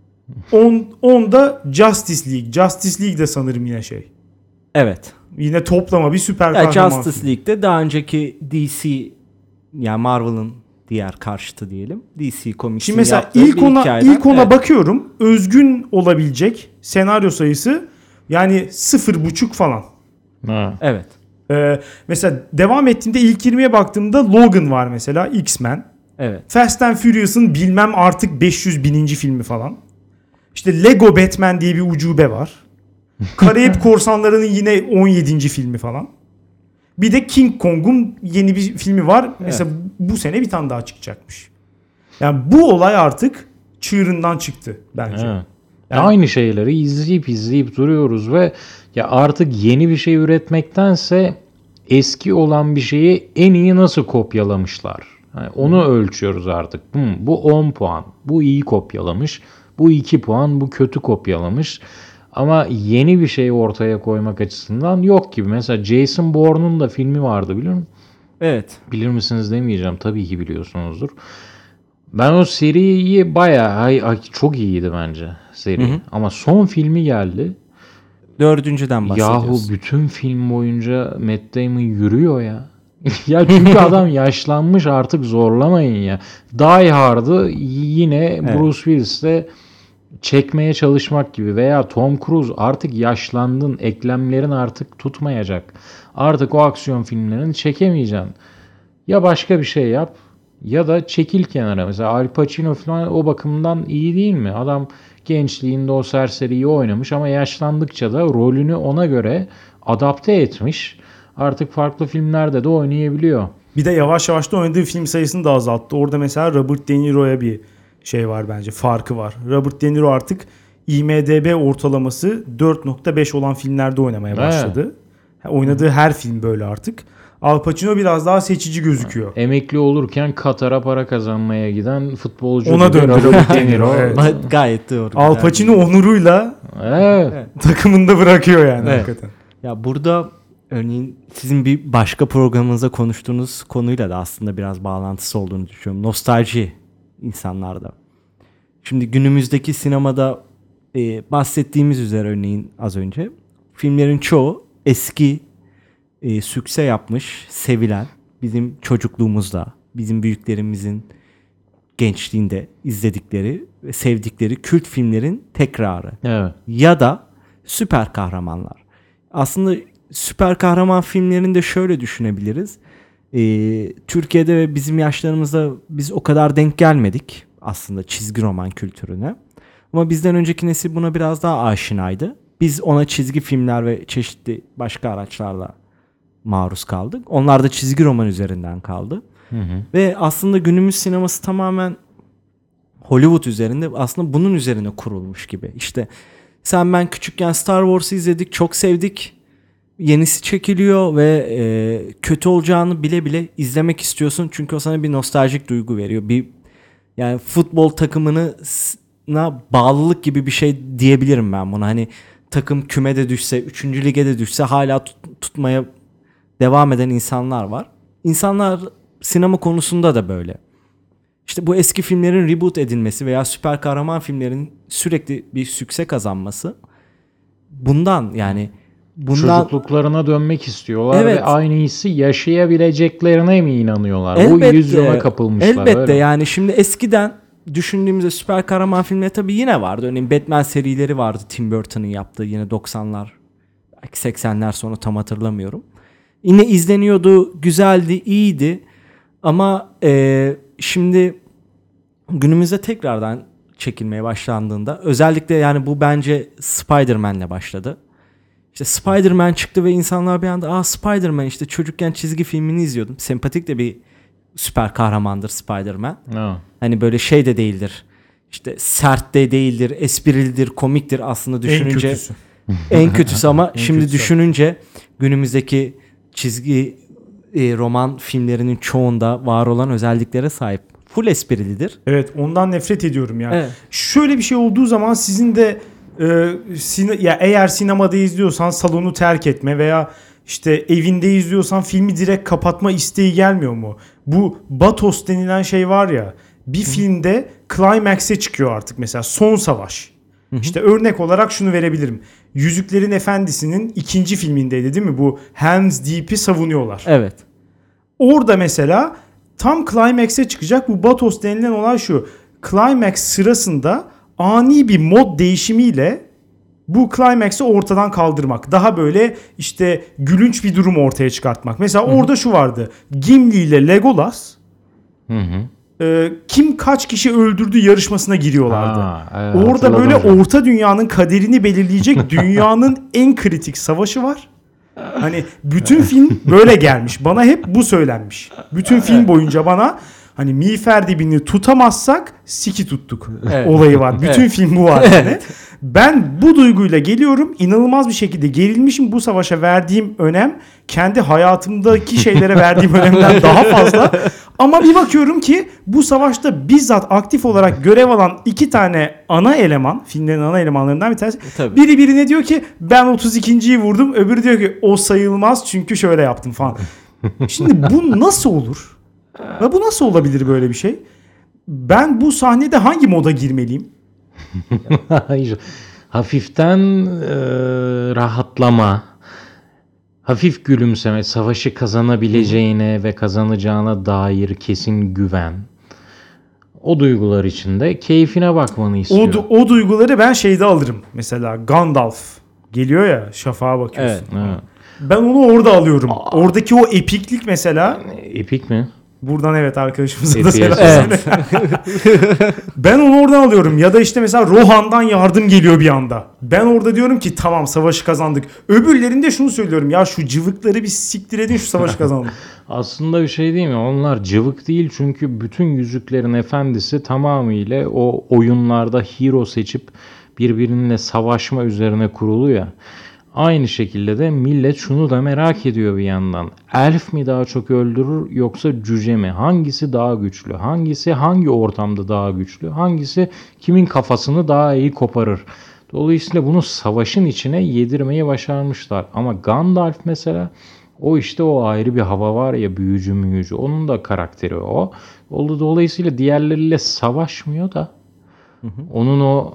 Speaker 1: on da Justice League. Justice League de sanırım yine şey.
Speaker 3: Evet.
Speaker 1: Yine toplama bir süper
Speaker 3: Ya
Speaker 1: kahraman
Speaker 3: Justice
Speaker 1: filmi.
Speaker 3: League'de daha önceki D C, yani Marvel'ın diğer karşıtı diyelim, D C Comics'in
Speaker 1: Şimdi mesela
Speaker 3: yaptığı
Speaker 1: ilk
Speaker 3: bir
Speaker 1: ona
Speaker 3: hikayeden-
Speaker 1: ilk ona
Speaker 3: evet.
Speaker 1: bakıyorum. Özgün olabilecek senaryo sayısı yani sıfır buçuk falan.
Speaker 2: Ha.
Speaker 3: Evet.
Speaker 1: Ee, mesela devam ettiğimde ilk yirmiye baktığımda Logan var mesela, X-Men.
Speaker 3: Evet.
Speaker 1: Fast and Furious'ın bilmem artık beş yüz bininci filmi falan. İşte Lego Batman diye bir ucube var. Karayip Korsanları'nın yine on yedinci filmi falan. Bir de King Kong'un yeni bir filmi var. Mesela bu sene bir tane daha çıkacakmış. Yani bu olay artık çığırından çıktı bence.
Speaker 2: Evet.
Speaker 1: Yani-
Speaker 2: Aynı şeyleri izleyip izleyip duruyoruz ve ya artık yeni bir şey üretmektense eski olan bir şeyi en iyi nasıl kopyalamışlar. Yani onu ölçüyoruz artık. Hmm, bu on puan. Bu iyi kopyalamış. Bu iki puan. Bu kötü kopyalamış. Ama yeni bir şey ortaya koymak açısından yok gibi. Mesela Jason Bourne'un da filmi vardı, biliyor musun?
Speaker 3: Evet.
Speaker 2: Bilir misiniz demeyeceğim. Tabii ki biliyorsunuzdur. Ben o seriyi bayağı ay, ay, çok iyiydi bence seri.
Speaker 3: Hı hı.
Speaker 2: Ama son filmi geldi.
Speaker 3: Dördüncüden bahsediyoruz.
Speaker 2: Yahu bütün film boyunca Matt Damon yürüyor ya. Ya çünkü adam yaşlanmış, artık zorlamayın ya. Die Hard'ı yine
Speaker 3: Evet.
Speaker 2: Bruce Willis'le çekmeye çalışmak gibi, veya Tom Cruise artık yaşlandın, eklemlerin artık tutmayacak. Artık o aksiyon filmlerini çekemeyeceksin. Ya başka bir şey yap ya da çekil kenara. Mesela Al Pacino falan o bakımdan iyi değil mi? Adam gençliğinde o serseriyi oynamış ama yaşlandıkça da rolünü ona göre adapte etmiş. Artık farklı filmlerde de oynayabiliyor.
Speaker 1: Bir de yavaş yavaş da oynadığı film sayısını da azalttı. Orada mesela Robert De Niro'ya bir şey var bence. Farkı var. Robert De Niro artık I M D B ortalaması dört nokta beş olan filmlerde oynamaya başladı. Ha, oynadığı her film böyle artık. Al Pacino biraz daha seçici gözüküyor.
Speaker 2: Emekli olurken Katar'a para kazanmaya giden futbolcu
Speaker 1: Ona
Speaker 2: gibi
Speaker 1: döndü
Speaker 2: Robert De Niro.
Speaker 1: Evet.
Speaker 3: Gayet doğru.
Speaker 1: Al
Speaker 3: Güzel.
Speaker 1: Pacino onuruyla
Speaker 2: Evet.
Speaker 1: takımında bırakıyor yani
Speaker 3: Evet.
Speaker 1: hakikaten.
Speaker 3: Ya burada örneğin sizin bir başka programınızda konuştuğunuz konuyla da aslında biraz bağlantısı olduğunu düşünüyorum. Nostalji insanlarda. Şimdi günümüzdeki sinemada e, bahsettiğimiz üzere örneğin az önce filmlerin çoğu eski, e, sükse yapmış, sevilen, bizim çocukluğumuzda, bizim büyüklerimizin gençliğinde izledikleri ve sevdikleri kült filmlerin tekrarı.
Speaker 2: Evet.
Speaker 3: Ya da süper kahramanlar. Aslında süper kahraman filmlerini de şöyle düşünebiliriz. Ee, Türkiye'de ve bizim yaşlarımızda biz o kadar denk gelmedik aslında çizgi roman kültürüne. Ama bizden önceki nesil buna biraz daha aşinaydı. Biz ona çizgi filmler ve çeşitli başka araçlarla maruz kaldık. Onlar da çizgi roman üzerinden kaldı.
Speaker 2: Hı hı.
Speaker 3: Ve aslında günümüz sineması tamamen Hollywood üzerinde, aslında bunun üzerine kurulmuş gibi. İşte sen ben küçükken Star Wars'ı izledik, çok sevdik. Yenisi çekiliyor ve e, kötü olacağını bile bile izlemek istiyorsun. Çünkü o sana bir nostaljik duygu veriyor. Bir yani futbol takımına bağlılık gibi bir şey diyebilirim ben buna. Hani takım kümede düşse, üçüncü lige de düşse hala tut- tutmaya devam eden insanlar var. İnsanlar sinema konusunda da böyle. İşte bu eski filmlerin reboot edilmesi veya süper kahraman filmlerin sürekli bir sükse kazanması bundan, yani bundan
Speaker 2: Çocukluklarına dönmek istiyorlar
Speaker 3: Evet.
Speaker 2: ve aynı hissi yaşayabileceklerine mi inanıyorlar? Bu
Speaker 3: elbette,
Speaker 2: illüzyona kapılmışlar.
Speaker 3: elbette
Speaker 2: öyle.
Speaker 3: yani şimdi eskiden düşündüğümüzde süper kahraman filmleri tabii yine vardı. Örneğin Batman serileri vardı, Tim Burton'ın yaptığı, yine doksanlar belki seksenler sonra, tam hatırlamıyorum. Yine izleniyordu, güzeldi, iyiydi ama e, şimdi günümüzde tekrardan çekilmeye başlandığında, özellikle yani bu bence Spider-Man'le başladı. İşte Spider-Man çıktı ve insanlar bir anda aa Spider-Man, işte çocukken çizgi filmini izliyordum. Sempatik de bir süper kahramandır Spider-Man.
Speaker 2: Ha.
Speaker 3: Hani böyle şey de değildir. İşte sert de değildir, esprilidir, komiktir aslında düşününce.
Speaker 1: En kötüsü.
Speaker 3: En kötüsü ama
Speaker 1: En
Speaker 3: şimdi
Speaker 1: kötüsü.
Speaker 3: düşününce günümüzdeki çizgi e, roman filmlerinin çoğunda var olan özelliklere sahip. Full esprilidir.
Speaker 1: Evet, ondan nefret ediyorum ya.
Speaker 3: Evet.
Speaker 1: Şöyle bir şey olduğu zaman sizin de e, sine- ya eğer sinemada izliyorsan salonu terk etme veya işte evinde izliyorsan filmi direkt kapatma isteği gelmiyor mu? Bu Batos denilen şey var ya, bir filmde climax'e çıkıyor artık, mesela son savaş. İşte örnek olarak şunu verebilirim. Yüzüklerin Efendisi'nin ikinci filmindeydi değil mi? Bu Helm's Deep'i savunuyorlar.
Speaker 3: Evet.
Speaker 1: Orada mesela tam climax'e çıkacak, bu Batos denilen olay şu. Climax sırasında ani bir mod değişimiyle bu climax'i ortadan kaldırmak. Daha böyle işte gülünç bir durum ortaya çıkartmak. Mesela Hı-hı. orada şu vardı. Gimli ile Legolas
Speaker 2: Hı-hı.
Speaker 1: e, kim kaç kişi öldürdü yarışmasına giriyorlardı.
Speaker 2: Aa, evet,
Speaker 1: orada böyle
Speaker 2: hocam.
Speaker 1: orta dünyanın kaderini belirleyecek dünyanın en kritik savaşı var. Hani bütün film böyle gelmiş. Bana hep bu söylenmiş. Bütün film boyunca bana hani miğfer dibini tutamazsak siki tuttuk
Speaker 3: Evet.
Speaker 1: olayı var. Bütün
Speaker 3: Evet.
Speaker 1: film bu var yani. Ben bu duyguyla geliyorum. İnanılmaz bir şekilde gerilmişim. Bu savaşa verdiğim önem kendi hayatımdaki şeylere verdiğim önemden daha fazla. Ama bir bakıyorum ki bu savaşta bizzat aktif olarak görev alan iki tane ana eleman, filmlerin ana elemanlarından bir tanesi.
Speaker 3: Tabii.
Speaker 1: Biri birine diyor ki ben otuz ikinciyi vurdum. Öbürü diyor ki o sayılmaz çünkü şöyle yaptım falan. Şimdi bu nasıl olur? Ve bu nasıl olabilir böyle bir şey? Ben bu sahnede hangi moda girmeliyim?
Speaker 2: Hayır. Hafiften e, rahatlama, hafif gülümseme, savaşı kazanabileceğine ve kazanacağına dair kesin güven. O duygular içinde keyfine bakmanı
Speaker 1: O,
Speaker 2: istiyor.
Speaker 1: du- o duyguları ben şeyde alırım. Mesela Gandalf geliyor ya, şafağa bakıyorsun.
Speaker 3: Evet.
Speaker 2: Evet.
Speaker 1: Ben onu orada alıyorum. Oradaki o epiklik mesela.
Speaker 2: Epik mi?
Speaker 1: Buradan evet arkadaşımıza da
Speaker 2: Epik
Speaker 1: selam
Speaker 2: evet.
Speaker 1: söyle. Ben onu oradan alıyorum. Ya da işte mesela Rohan'dan yardım geliyor bir anda. Ben orada diyorum ki tamam savaşı kazandık. Öbürlerinde şunu söylüyorum. Ya şu cıvıkları bir siktir edin, şu savaşı kazandık.
Speaker 2: Aslında bir şey değil mi? Onlar cıvık değil çünkü bütün Yüzüklerin Efendisi tamamıyla o oyunlarda hero seçip birbirininle savaşma üzerine kurulu ya. Aynı şekilde de millet şunu da merak ediyor bir yandan. Elf mi daha çok öldürür yoksa cüce mi? Hangisi daha güçlü? Hangisi hangi ortamda daha güçlü? Hangisi kimin kafasını daha iyi koparır? Dolayısıyla bunu savaşın içine yedirmeyi başarmışlar. Ama Gandalf mesela o işte o ayrı bir hava var ya, büyücü müyücü. Onun da karakteri o. Dolayısıyla diğerleriyle savaşmıyor da onun o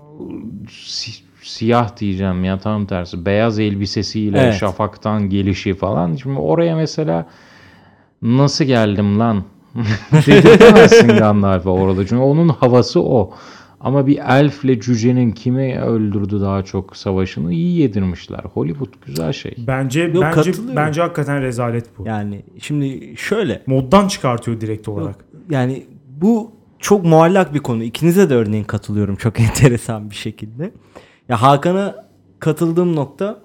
Speaker 2: si- siyah diyeceğim ya, tam tersi beyaz elbisesiyle
Speaker 3: Evet.
Speaker 2: şafaktan gelişi falan. Şimdi oraya mesela nasıl geldim lan dedirtemezsin Gandalf'a orada. Çünkü onun havası o. Ama bir elfle cücenin kimi öldürdü daha çok savaşını iyi yedirmişler. Hollywood güzel şey.
Speaker 1: Bence
Speaker 3: Yok,
Speaker 1: bence
Speaker 3: katılıyorum.
Speaker 1: bence hakikaten rezalet bu.
Speaker 3: Yani şimdi şöyle.
Speaker 1: Moddan çıkartıyor direkt olarak.
Speaker 3: Yok, yani bu çok muallak bir konu. İkinize de örneğin katılıyorum çok enteresan bir şekilde. Ya Hakan'a katıldığım nokta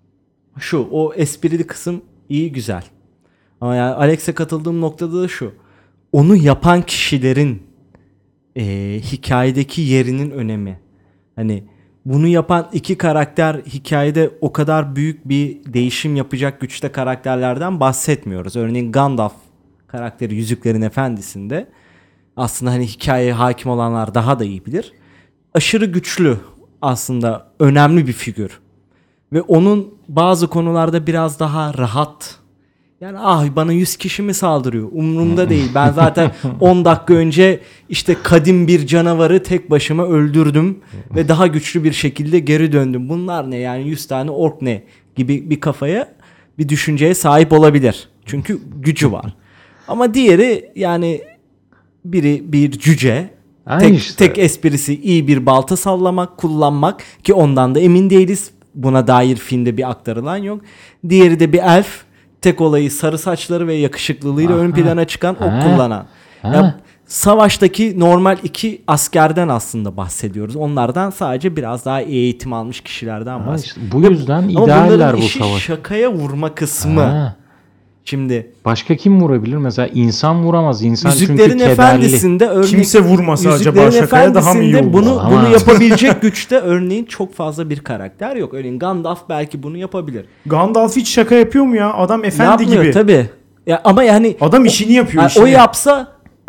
Speaker 3: şu. O esprili kısım iyi güzel. Ama yani Alex'e katıldığım noktada da şu. Onu yapan kişilerin e, hikayedeki yerinin önemi. Hani bunu yapan iki karakter hikayede o kadar büyük bir değişim yapacak güçte karakterlerden bahsetmiyoruz. Örneğin Gandalf karakteri Yüzüklerin Efendisi'nde aslında hani hikayeye hakim olanlar daha da iyi bilir. Aşırı güçlü, aslında önemli bir figür. Ve onun bazı konularda biraz daha rahat. Yani ah bana yüz kişi mi saldırıyor? Umurumda değil. Ben zaten on dakika önce işte kadim bir canavarı tek başıma öldürdüm ve daha güçlü bir şekilde geri döndüm. Bunlar ne yani, yüz tane ork ne gibi bir kafaya, bir düşünceye sahip olabilir. Çünkü gücü var. Ama diğeri yani biri bir cüce.
Speaker 2: Aynı
Speaker 3: Tek,
Speaker 2: işte.
Speaker 3: tek esprisi iyi bir balta sallamak, kullanmak ki ondan da emin değiliz. Buna dair filmde bir aktarılan yok. Diğeri de bir elf. Tek olayı sarı saçları ve yakışıklılığıyla
Speaker 2: Aha.
Speaker 3: ön plana çıkan, ok
Speaker 2: Ha.
Speaker 3: kullanan.
Speaker 2: Ha.
Speaker 3: Ya, savaştaki normal iki askerden aslında bahsediyoruz. Onlardan sadece biraz daha iyi eğitim almış kişilerden
Speaker 2: Ha,
Speaker 3: bahsediyoruz.
Speaker 2: işte bu yüzden
Speaker 3: Ama
Speaker 2: idealler
Speaker 3: bunların
Speaker 2: bu
Speaker 3: işi
Speaker 2: savaş.
Speaker 3: şakaya vurma kısmı.
Speaker 2: Ha.
Speaker 3: Şimdi
Speaker 2: Başka kim vurabilir? Mesela insan vuramaz. İnsan
Speaker 3: Yüzüklerin
Speaker 2: çünkü kederli.
Speaker 3: Efendisi'nde örneğin
Speaker 1: Kimse vurmasa acaba
Speaker 3: Yüzüklerin
Speaker 1: şakaya daha mı iyi
Speaker 3: Efendisi'nde
Speaker 1: olur?
Speaker 3: bunu
Speaker 2: Ama-
Speaker 3: bunu yapabilecek güçte örneğin çok fazla bir karakter yok. Örneğin Gandalf belki bunu yapabilir.
Speaker 1: Gandalf hiç şaka yapıyor mu ya? Adam efendi
Speaker 3: Yapmıyor
Speaker 1: gibi.
Speaker 3: tabii. Ya ama yani
Speaker 1: Adam işini yapıyor.
Speaker 3: ha,
Speaker 1: işini.
Speaker 3: o yapsa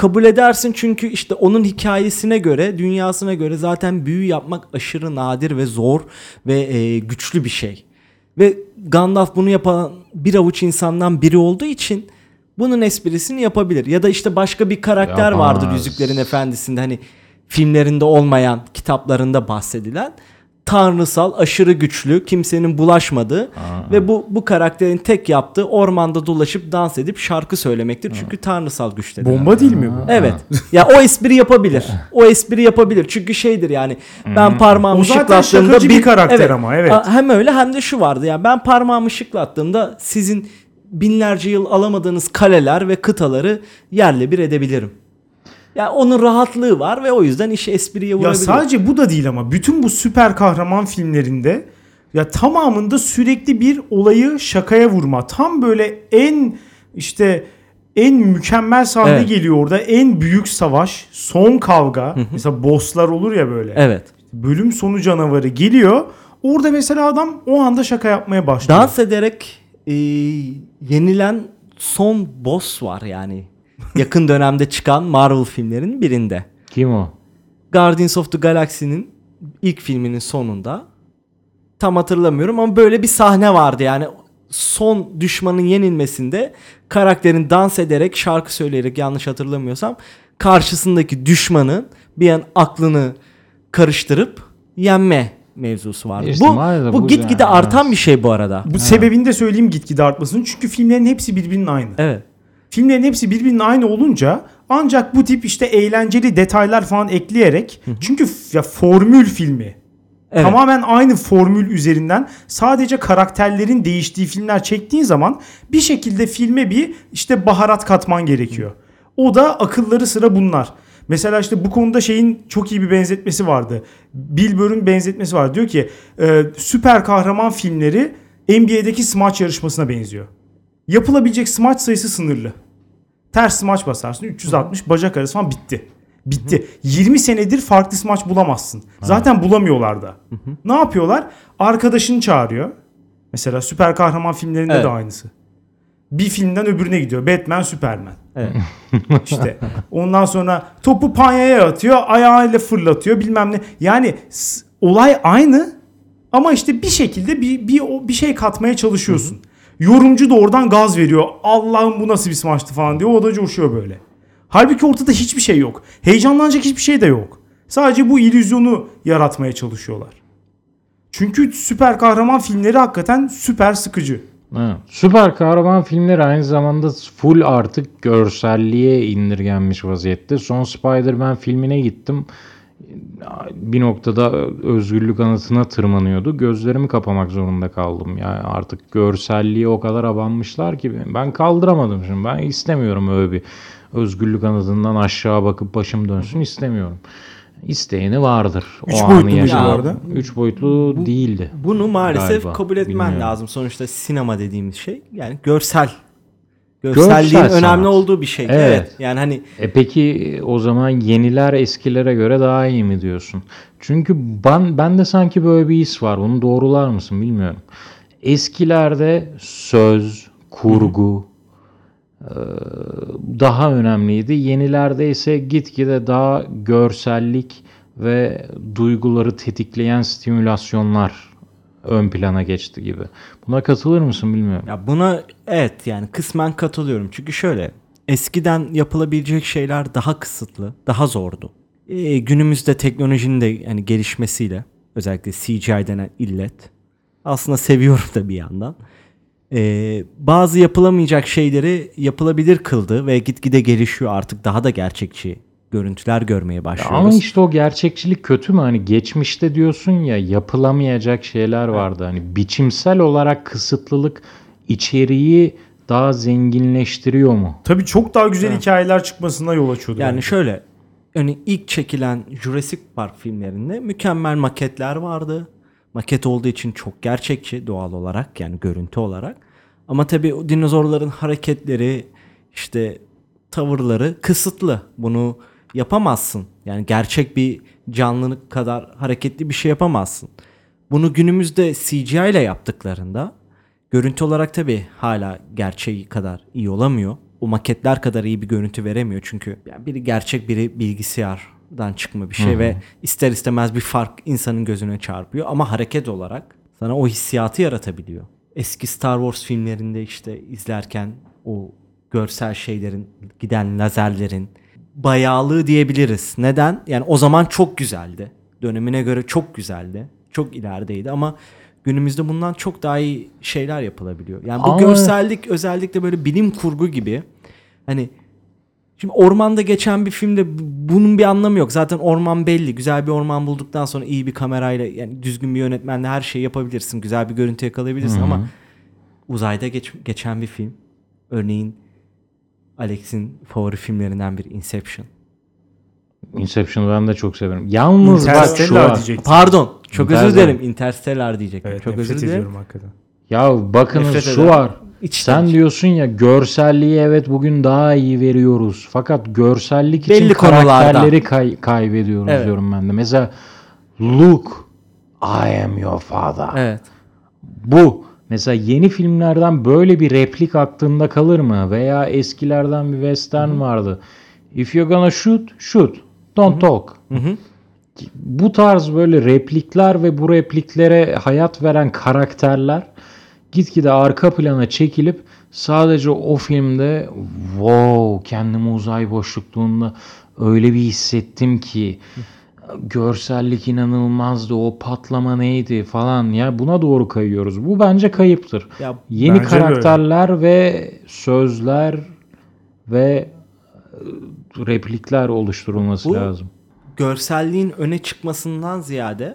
Speaker 3: kabul edersin çünkü işte onun hikayesine göre, dünyasına göre zaten büyü yapmak aşırı nadir ve zor ve e, güçlü bir şey. Ve Gandalf bunu yapan bir avuç insandan biri olduğu için bunun esprisini yapabilir. Ya da işte başka bir karakter
Speaker 2: Yapamaz.
Speaker 3: vardır Yüzüklerin Efendisi'nde, hani filmlerinde olmayan, kitaplarında bahsedilen, tanrısal, aşırı güçlü, kimsenin bulaşmadığı
Speaker 2: Aa.
Speaker 3: ve bu bu karakterin tek yaptığı ormanda dolaşıp dans edip şarkı söylemektir. Çünkü tanrısal güçtedir.
Speaker 1: Bomba değil mi bu?
Speaker 3: Evet. Ya o espri yapabilir. O espri yapabilir. Çünkü şeydir yani, ben parmağımı
Speaker 1: O zaten
Speaker 3: şıklattığımda
Speaker 1: şakacı bir karakter ama, evet.
Speaker 3: A- Hem öyle hem de şu vardı. Yani ben parmağımı şıklattığımda sizin binlerce yıl alamadığınız kaleler ve kıtaları yerle bir edebilirim. Yani onun rahatlığı var ve o yüzden işi espriye
Speaker 1: Ya
Speaker 3: vurabiliyor.
Speaker 1: sadece bu da değil ama bütün bu süper kahraman filmlerinde ya tamamında sürekli bir olayı şakaya vurma. Tam böyle en işte en mükemmel sahne
Speaker 3: Evet.
Speaker 1: geliyor orada. En büyük savaş, son kavga. Mesela bosslar olur ya böyle.
Speaker 3: Evet.
Speaker 1: Bölüm sonu canavarı geliyor. Orada mesela adam o anda şaka yapmaya başlıyor.
Speaker 3: Dans ederek e, yenilen son boss var yani. Yakın dönemde çıkan Marvel filmlerinin birinde.
Speaker 2: Kim o?
Speaker 3: Guardians of the Galaxy'nin ilk filminin sonunda, tam hatırlamıyorum ama böyle bir sahne vardı yani, son düşmanın yenilmesinde karakterin dans ederek, şarkı söyleyerek, yanlış hatırlamıyorsam, karşısındaki düşmanın bir an aklını karıştırıp yenme mevzusu vardı.
Speaker 2: İşte
Speaker 3: bu
Speaker 2: maalesef
Speaker 3: bu
Speaker 2: bu
Speaker 3: gitgide
Speaker 2: yani,
Speaker 3: artan
Speaker 2: evet.
Speaker 3: bir şey bu arada.
Speaker 1: Bu sebebini de söyleyeyim gitgide artmasının. Çünkü filmlerin hepsi birbirinin aynı.
Speaker 3: Evet.
Speaker 1: Filmlerin hepsi birbirinin aynı olunca ancak bu tip işte eğlenceli detaylar falan ekleyerek, çünkü f- ya formül filmi.
Speaker 3: Evet.
Speaker 1: Tamamen aynı formül üzerinden sadece karakterlerin değiştiği filmler çektiğin zaman bir şekilde filme bir işte baharat katman gerekiyor. O da akılları sıra bunlar. Mesela işte bu konuda şeyin çok iyi bir benzetmesi vardı. Bill Burr'un benzetmesi var. Diyor ki e, süper kahraman filmleri N B A'deki smaç yarışmasına benziyor. Yapılabilecek smaç sayısı sınırlı. Ters smaç basarsın üç yüz altmış bacak arası falan, bitti. Bitti. yirmi senedir farklı smaç bulamazsın. Zaten bulamıyorlar da. Ne yapıyorlar? Arkadaşını çağırıyor. Mesela süper kahraman filmlerinde
Speaker 3: Evet.
Speaker 1: de aynısı. Bir filmden öbürüne gidiyor. Batman, Superman.
Speaker 3: Evet.
Speaker 1: İşte ondan sonra topu panyaya atıyor, ayağıyla fırlatıyor bilmem ne. Yani s- olay aynı ama işte bir şekilde bir bir o- bir şey katmaya çalışıyorsun. Yorumcu da oradan gaz veriyor. Allah'ım bu nasıl bir smaçtı falan diyor. O da coşuyor böyle. Halbuki ortada hiçbir şey yok. Heyecanlanacak hiçbir şey de yok. Sadece bu illüzyonu yaratmaya çalışıyorlar. Çünkü süper kahraman filmleri hakikaten süper sıkıcı.
Speaker 2: Evet. Süper kahraman filmleri aynı zamanda full artık görselliğe indirgenmiş vaziyette. Son Spider-Man filmine gittim. Bir noktada özgürlük anıtına tırmanıyordu. Gözlerimi kapamak zorunda kaldım. Yani artık görselliği o kadar abanmışlar ki ben kaldıramadım şimdi. Ben istemiyorum öyle bir özgürlük anıtından aşağı bakıp başım dönsün istemiyorum. İsteyeni vardır.
Speaker 1: Üç
Speaker 2: O
Speaker 1: boyutlu
Speaker 2: anı
Speaker 1: muydu
Speaker 2: yaşamak.
Speaker 1: bu arada?
Speaker 2: Üç boyutlu
Speaker 3: Bu-
Speaker 2: değildi.
Speaker 3: Bunu maalesef
Speaker 2: Galiba.
Speaker 3: kabul etmen
Speaker 2: Bilmiyorum.
Speaker 3: lazım. Sonuçta sinema dediğimiz şey yani görsel. Görselliğin
Speaker 2: Görsel
Speaker 3: önemli
Speaker 2: sanat.
Speaker 3: olduğu bir şey.
Speaker 2: Evet.
Speaker 3: Evet. Yani hani
Speaker 2: E peki o zaman yeniler eskilere göre daha iyi mi diyorsun? Çünkü ben, ben de sanki böyle bir his var. Bunu doğrular mısın bilmiyorum. Eskilerde söz, kurgu e, daha önemliydi. Yenilerde ise gitgide daha görsellik ve duyguları tetikleyen stimülasyonlar ön plana geçti gibi. Buna katılır mısın bilmiyorum.
Speaker 3: ya buna evet yani kısmen katılıyorum. Çünkü şöyle, eskiden yapılabilecek şeyler daha kısıtlı, daha zordu. Ee, günümüzde teknolojinin de yani gelişmesiyle, özellikle C G I denen illet, aslında seviyorum da bir yandan. Ee, bazı yapılamayacak şeyleri yapılabilir kıldı ve gitgide gelişiyor, artık daha da gerçekçi görüntüler görmeye başlıyoruz.
Speaker 2: Ama işte o gerçekçilik kötü mü? Hani geçmişte diyorsun ya yapılamayacak şeyler vardı. Hani biçimsel olarak kısıtlılık içeriği daha zenginleştiriyor mu?
Speaker 1: Tabii çok daha güzel hikayeler çıkmasına yol açıyordu.
Speaker 3: Yani
Speaker 1: bence.
Speaker 3: şöyle, yani ilk çekilen Jurassic Park filmlerinde mükemmel maketler vardı. Maket olduğu için çok gerçekçi doğal olarak, yani görüntü olarak. Ama tabii o dinozorların hareketleri, işte tavırları kısıtlı. Bunu yapamazsın. Yani gerçek bir canlılık kadar hareketli bir şey yapamazsın. Bunu günümüzde C G I ile yaptıklarında görüntü olarak tabii hala gerçeği kadar iyi olamıyor. o maketler kadar iyi bir görüntü veremiyor. Çünkü yani biri gerçek, biri bilgisayardan çıkma bir şey
Speaker 2: Hı hı.
Speaker 3: ve ister istemez bir fark insanın gözüne çarpıyor. Ama hareket olarak sana o hissiyatı yaratabiliyor. Eski Star Wars filmlerinde işte izlerken o görsel şeylerin, giden lazerlerin bayağılığı diyebiliriz. Neden? Yani o zaman çok güzeldi. Dönemine göre çok güzeldi. Çok ilerideydi ama günümüzde bundan çok daha iyi şeyler yapılabiliyor. Yani bu
Speaker 2: Ama-
Speaker 3: görsellik özellikle böyle bilim kurgu gibi. Hani şimdi ormanda geçen bir filmde bu- bunun bir anlamı yok. Zaten orman belli. Güzel bir orman bulduktan sonra iyi bir kamerayla, yani düzgün bir yönetmenle her şeyi yapabilirsin. Güzel bir görüntü yakalayabilirsin
Speaker 2: Hı hı.
Speaker 3: ama uzayda geç, geçen bir film. Örneğin Alex'in favori filmlerinden bir Inception.
Speaker 2: Inception'ı ben de çok severim. Yalnız bak şu
Speaker 1: Interstellar
Speaker 2: var.
Speaker 1: diyecektim.
Speaker 3: Pardon. Çok özür
Speaker 2: Interstellar.
Speaker 3: dilerim. Interstellar diyecektim.
Speaker 1: Evet,
Speaker 3: çok
Speaker 1: nefret
Speaker 3: özür dilerim.
Speaker 1: ediyorum hakikaten.
Speaker 2: Ya bakınız
Speaker 3: Nefret
Speaker 2: şu
Speaker 3: ederim.
Speaker 2: var.
Speaker 3: İçten
Speaker 2: Sen
Speaker 3: içe.
Speaker 2: diyorsun ya görselliği evet bugün daha iyi veriyoruz. Fakat görsellik için
Speaker 3: Belli konularda.
Speaker 2: karakterleri kay- kaybediyoruz
Speaker 3: Evet.
Speaker 2: diyorum ben de. Mesela Luke, I am your father.
Speaker 3: Evet.
Speaker 2: Bu mesela yeni filmlerden böyle bir replik aklında kalır mı? Veya eskilerden bir western vardı. If you're gonna shoot, shoot. Don't talk.
Speaker 3: hı.
Speaker 2: Bu tarz böyle replikler ve bu repliklere hayat veren karakterler gitgide arka plana çekilip sadece o filmde wow kendimi uzay boşlukluğunda öyle bir hissettim ki görsellik inanılmazdı, o patlama neydi falan, ya buna doğru kayıyoruz. Bu bence kayıptır.
Speaker 3: Ya
Speaker 2: Yeni
Speaker 1: bence de
Speaker 2: karakterler ve sözler ve e, replikler oluşturulması
Speaker 3: Bu-
Speaker 2: lazım.
Speaker 3: görselliğin öne çıkmasından ziyade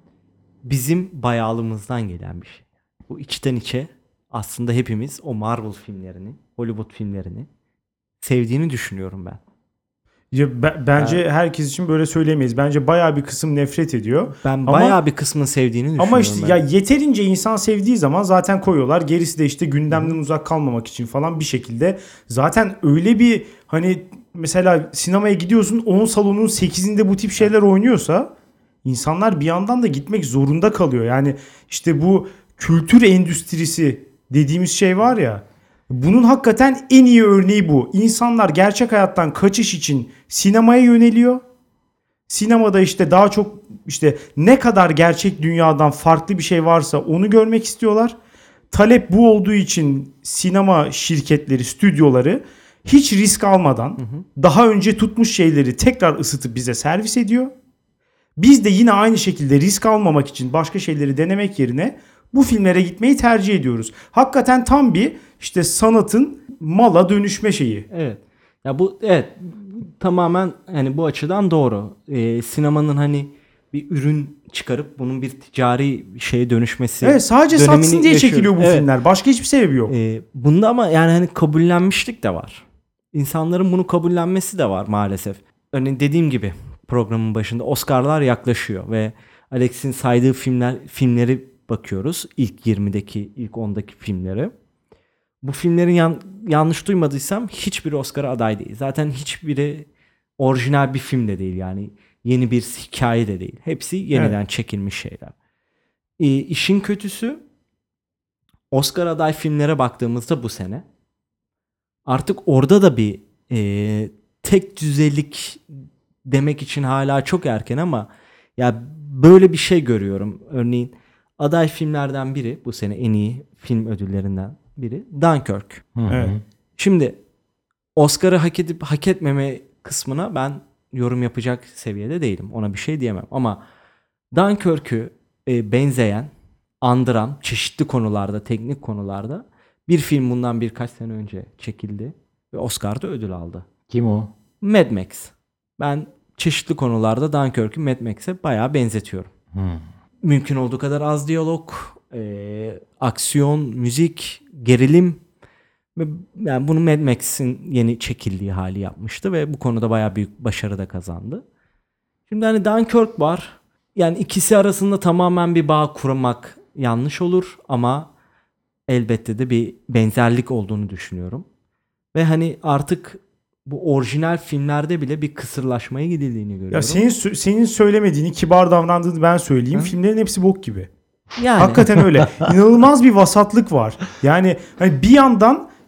Speaker 3: bizim bayağılığımızdan gelen bir şey. Bu içten içe aslında hepimiz o Marvel filmlerini, Hollywood filmlerini sevdiğini düşünüyorum ben.
Speaker 1: Ya be- bence herkes için böyle söyleyemeyiz. Bence bayağı bir kısım nefret ediyor.
Speaker 3: Ben
Speaker 1: Ama-
Speaker 3: bayağı bir kısmını sevdiğini düşünüyorum
Speaker 1: Ama işte
Speaker 3: ben.
Speaker 1: ya yeterince insan sevdiği zaman zaten koyuyorlar. Gerisi de işte gündemden uzak kalmamak için falan bir şekilde. Zaten öyle bir hani mesela sinemaya gidiyorsun on salonun sekizinde bu tip şeyler oynuyorsa insanlar bir yandan da gitmek zorunda kalıyor. Yani işte bu kültür endüstrisi dediğimiz şey var ya. Bunun hakikaten en iyi örneği bu. İnsanlar gerçek hayattan kaçış için sinemaya yöneliyor. Sinemada işte daha çok işte ne kadar gerçek dünyadan farklı bir şey varsa onu görmek istiyorlar. Talep bu olduğu için sinema şirketleri, stüdyoları hiç risk almadan daha önce tutmuş şeyleri tekrar ısıtıp bize servis ediyor. Biz de yine aynı şekilde risk almamak için başka şeyleri denemek yerine bu filmlere gitmeyi tercih ediyoruz. Hakikaten tam bir işte sanatın mala dönüşme şeyi.
Speaker 3: Evet. Ya bu evet tamamen hani bu açıdan doğru. Ee, sinemanın hani bir ürün çıkarıp bunun bir ticari şeye dönüşmesi.
Speaker 1: Evet, sadece
Speaker 3: dönemini
Speaker 1: satsın diye
Speaker 3: yaşıyoruz.
Speaker 1: çekiliyor bu
Speaker 3: Evet.
Speaker 1: filmler. Başka hiçbir sebebi yok.
Speaker 3: Ee, bunda ama yani hani kabullenmişlik de var. İnsanların bunu kabullenmesi de var maalesef. Örneğin dediğim gibi programın başında Oscar'lar yaklaşıyor ve Alex'in saydığı filmler filmleri bakıyoruz. İlk yirmideki, ilk ondaki filmleri. Bu filmlerin yan- yanlış duymadıysam hiçbiri Oscar'a aday değil. Zaten hiçbiri orijinal bir film de değil, yani yeni bir hikaye de değil. Hepsi yeniden çekilmiş şeyler. Ee, işin kötüsü Oscar aday filmlere baktığımızda bu sene artık orada da bir e, tek düzelik demek için hala çok erken ama ya böyle bir şey görüyorum. Örneğin aday filmlerden biri bu sene en iyi film ödüllerinden biri Dunkirk.
Speaker 2: Hı hı.
Speaker 1: Evet.
Speaker 3: Şimdi Oscar'ı hak edip hak etmeme kısmına ben yorum yapacak seviyede değilim. Ona bir şey diyemem ama Dunkirk'ü e, benzeyen, andıran çeşitli konularda, teknik konularda bir film bundan birkaç sene önce çekildi ve Oscar'da ödül aldı.
Speaker 2: Kim o?
Speaker 3: Mad Max. Ben çeşitli konularda Dunkirk'ü Mad Max'e bayağı benzetiyorum.
Speaker 2: Hı.
Speaker 3: Mümkün olduğu kadar az diyalog, e, aksiyon, müzik, gerilim. Ve yani bunu Mad Max'in yeni çekildiği hali yapmıştı ve bu konuda bayağı büyük başarı da kazandı. Şimdi hani Dunkirk var. Yani ikisi arasında tamamen bir bağ kurmak yanlış olur ama elbette de bir benzerlik olduğunu düşünüyorum. Ve hani artık bu orijinal filmlerde bile bir kısırlaşmaya gidildiğini görüyorum.
Speaker 1: Ya senin sö- senin söylemediğini, kibar davrandığını ben söyleyeyim.
Speaker 3: Ha?
Speaker 1: Filmlerin hepsi bok gibi.
Speaker 3: yani
Speaker 1: Hakikaten öyle. İnanılmaz bir vasatlık var. Yani hani bir yandan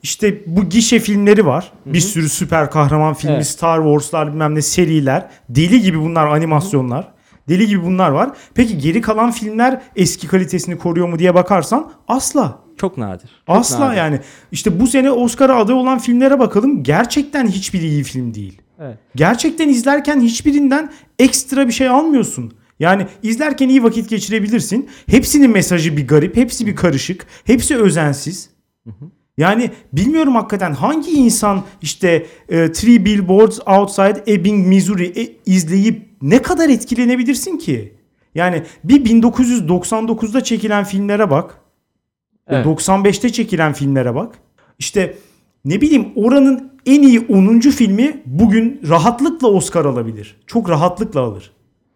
Speaker 1: İşte bu gişe filmleri var. Hı-hı. Bir sürü süper kahraman filmi, evet. Star Wars'lar, bilmem ne seriler. Deli gibi bunlar, animasyonlar. Hı-hı. Deli gibi bunlar var. Peki geri kalan filmler eski kalitesini koruyor mu diye bakarsan asla.
Speaker 3: Çok nadir. Çok
Speaker 1: asla
Speaker 3: nadir.
Speaker 1: Yani. İşte bu sene Oscar'a aday olan filmlere bakalım. Gerçekten hiçbiri iyi film değil.
Speaker 3: Evet.
Speaker 1: Gerçekten izlerken hiçbirinden ekstra bir şey almıyorsun. Yani izlerken iyi vakit geçirebilirsin. Hepsinin mesajı bir garip, hepsi bir karışık, hepsi özensiz. Hı hı. Yani bilmiyorum hakikaten hangi insan işte e, Three Billboards Outside Ebbing, Missouri e, izleyip ne kadar etkilenebilirsin ki? Yani bir bin dokuz yüz doksan dokuzda çekilen filmlere bak. Evet. doksan beşte çekilen filmlere bak. İşte ne bileyim oranın en iyi onuncu filmi bugün rahatlıkla Oscar alabilir. Çok rahatlıkla alır.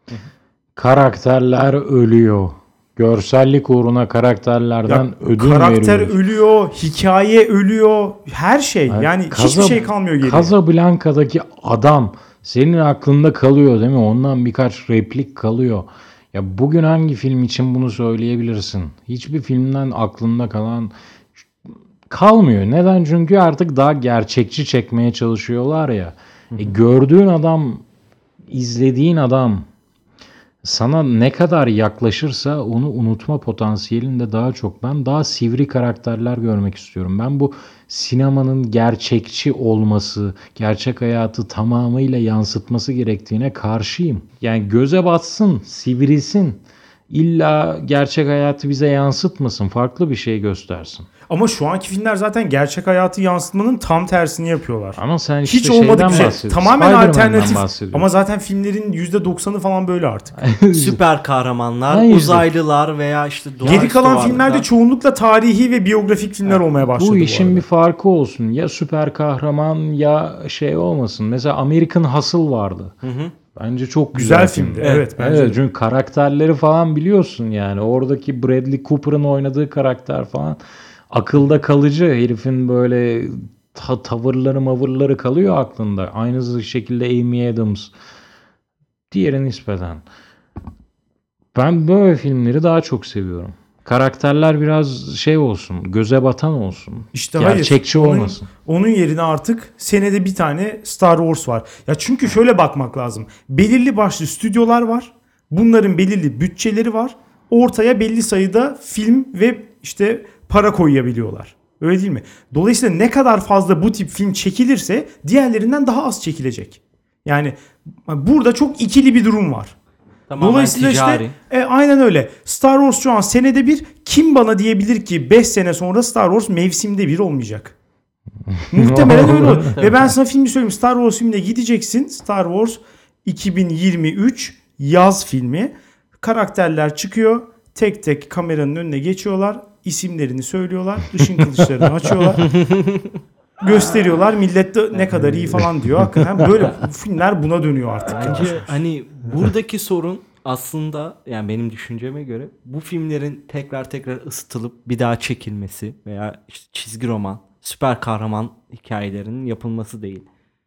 Speaker 2: Karakterler ölüyor. Görsellik uğruna karakterlerden ya, ödün
Speaker 1: karakter
Speaker 2: veriyoruz.
Speaker 1: Karakter ölüyor, hikaye ölüyor, her şey. Yani, yani Kaza, hiçbir şey kalmıyor geriye.
Speaker 2: Casablanca'daki adam senin aklında kalıyor değil mi? Ondan birkaç replik kalıyor. Ya bugün hangi film için bunu söyleyebilirsin? Hiçbir filmden aklında kalan kalmıyor. Neden? Çünkü artık daha gerçekçi çekmeye çalışıyorlar ya. E, gördüğün adam, izlediğin adam sana ne kadar yaklaşırsa onu unutma potansiyelinde daha çok. Ben daha sivri karakterler görmek istiyorum. Ben bu sinemanın gerçekçi olması, gerçek hayatı tamamıyla yansıtması gerektiğine karşıyım. Yani göze batsın, sivrilsin. İlla gerçek hayatı bize yansıtmasın, farklı bir şey göstersin.
Speaker 1: Ama şu anki filmler zaten gerçek hayatı yansıtmanın tam tersini yapıyorlar.
Speaker 2: Ama sen işte
Speaker 1: hiç olmadık bir şey.
Speaker 2: bahsediyorsun.
Speaker 1: Tamamen alternatif. Ama zaten filmlerin yüzde doksanı falan böyle artık.
Speaker 3: Süper kahramanlar,
Speaker 2: Hayır.
Speaker 3: uzaylılar veya işte doğaüstü
Speaker 1: geri kalan
Speaker 3: varlıklar.
Speaker 1: Filmlerde çoğunlukla tarihi ve biyografik filmler evet. olmaya başladı.
Speaker 2: Bu işin bu bir farkı olsun. Ya süper kahraman ya şey olmasın. Mesela American Hustle vardı. Hı hı. Bence çok güzel,
Speaker 1: güzel filmdi. Evet, evet bence.
Speaker 2: Evet, çünkü karakterleri falan biliyorsun yani. Oradaki Bradley Cooper'ın oynadığı karakter falan akılda kalıcı. Herifin böyle ta- tavırları mavırları kalıyor aklında. Aynı şekilde Amy Adams. Diğeri nispeten. Ben böyle filmleri daha çok seviyorum. Karakterler biraz şey olsun, göze batan olsun.
Speaker 1: İşte
Speaker 2: gerçekçi
Speaker 1: hayır,
Speaker 2: olmasın.
Speaker 1: Onun, onun yerine artık senede bir tane Star Wars var. Ya çünkü şöyle bakmak lazım. Belirli başlı stüdyolar var. Bunların belirli bütçeleri var. Ortaya belli sayıda film ve işte para koyabiliyorlar. Öyle değil mi? Dolayısıyla ne kadar fazla bu tip film çekilirse diğerlerinden daha az çekilecek. Yani burada çok ikili bir durum var.
Speaker 3: Tamamen
Speaker 1: dolayısıyla
Speaker 3: ticari.
Speaker 1: işte e, aynen öyle. Star Wars şu an senede bir, kim bana diyebilir ki beş sene sonra Star Wars mevsimde bir olmayacak? Muhtemelen öyle olur. Ve ben sana filmi söyleyeyim. Star Wars filmine gideceksin. Star Wars iki bin yirmi üç yaz filmi. Karakterler çıkıyor. Tek tek kameranın önüne geçiyorlar. İsimlerini söylüyorlar. Işın kılıçlarını açıyorlar. Gösteriyorlar. Millet de ne kadar iyi falan diyor. Hakikaten böyle filmler buna dönüyor artık.
Speaker 3: Bence hani buradaki sorun aslında yani benim düşünceme göre bu filmlerin tekrar tekrar ısıtılıp bir daha çekilmesi veya işte çizgi roman, süper kahraman hikayelerinin yapılması değil.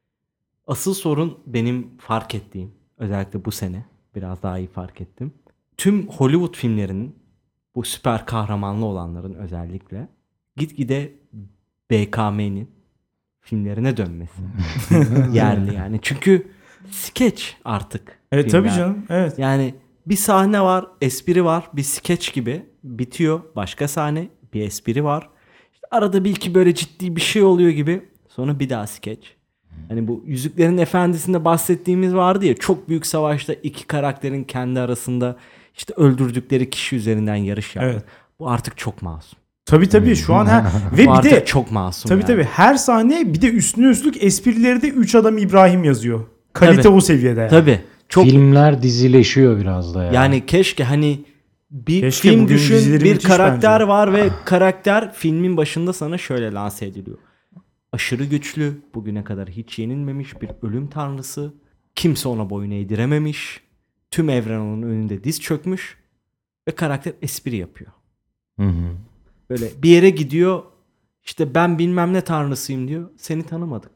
Speaker 3: Asıl sorun benim fark ettiğim, özellikle bu sene biraz daha iyi fark ettim. Tüm Hollywood filmlerinin, bu süper kahramanlı olanların özellikle gitgide B K M'nin filmlerine dönmesi. Yerli yani. Çünkü skeç artık.
Speaker 1: Evet filmler. Tabii canım. Evet.
Speaker 3: Yani bir sahne var, espri var, bir skeç gibi bitiyor. Başka sahne, bir espri var. İşte arada bir iki böyle ciddi bir şey oluyor gibi. Sonra bir daha skeç. Hani bu Yüzüklerin Efendisi'nde bahsettiğimiz vardı ya, çok büyük savaşta iki karakterin kendi arasında işte öldürdükleri kişi üzerinden yarış yaptı. Evet. Bu artık çok masum.
Speaker 1: Tabii tabii şu an her ve bir de
Speaker 3: çok masum.
Speaker 1: Tabii
Speaker 3: yani.
Speaker 1: tabii her sahne bir de üstüne üstlük esprileri de üç adam İbrahim yazıyor. Kalite tabii. O seviyede yani.
Speaker 3: Tabii.
Speaker 2: Çok... Filmler dizileşiyor biraz da yani.
Speaker 3: Yani keşke hani bir
Speaker 1: keşke
Speaker 3: film düşün, bir karakter
Speaker 1: bence.
Speaker 3: var ve karakter filmin başında sana şöyle lanse ediliyor. Aşırı güçlü, bugüne kadar hiç yenilmemiş bir ölüm tanrısı. Kimse ona boyun eğdirememiş. Tüm evren onun önünde diz çökmüş ve karakter espri yapıyor.
Speaker 2: Hı hı.
Speaker 3: Böyle bir yere gidiyor, işte ben bilmem ne tanrısıyım diyor. Seni tanımadık.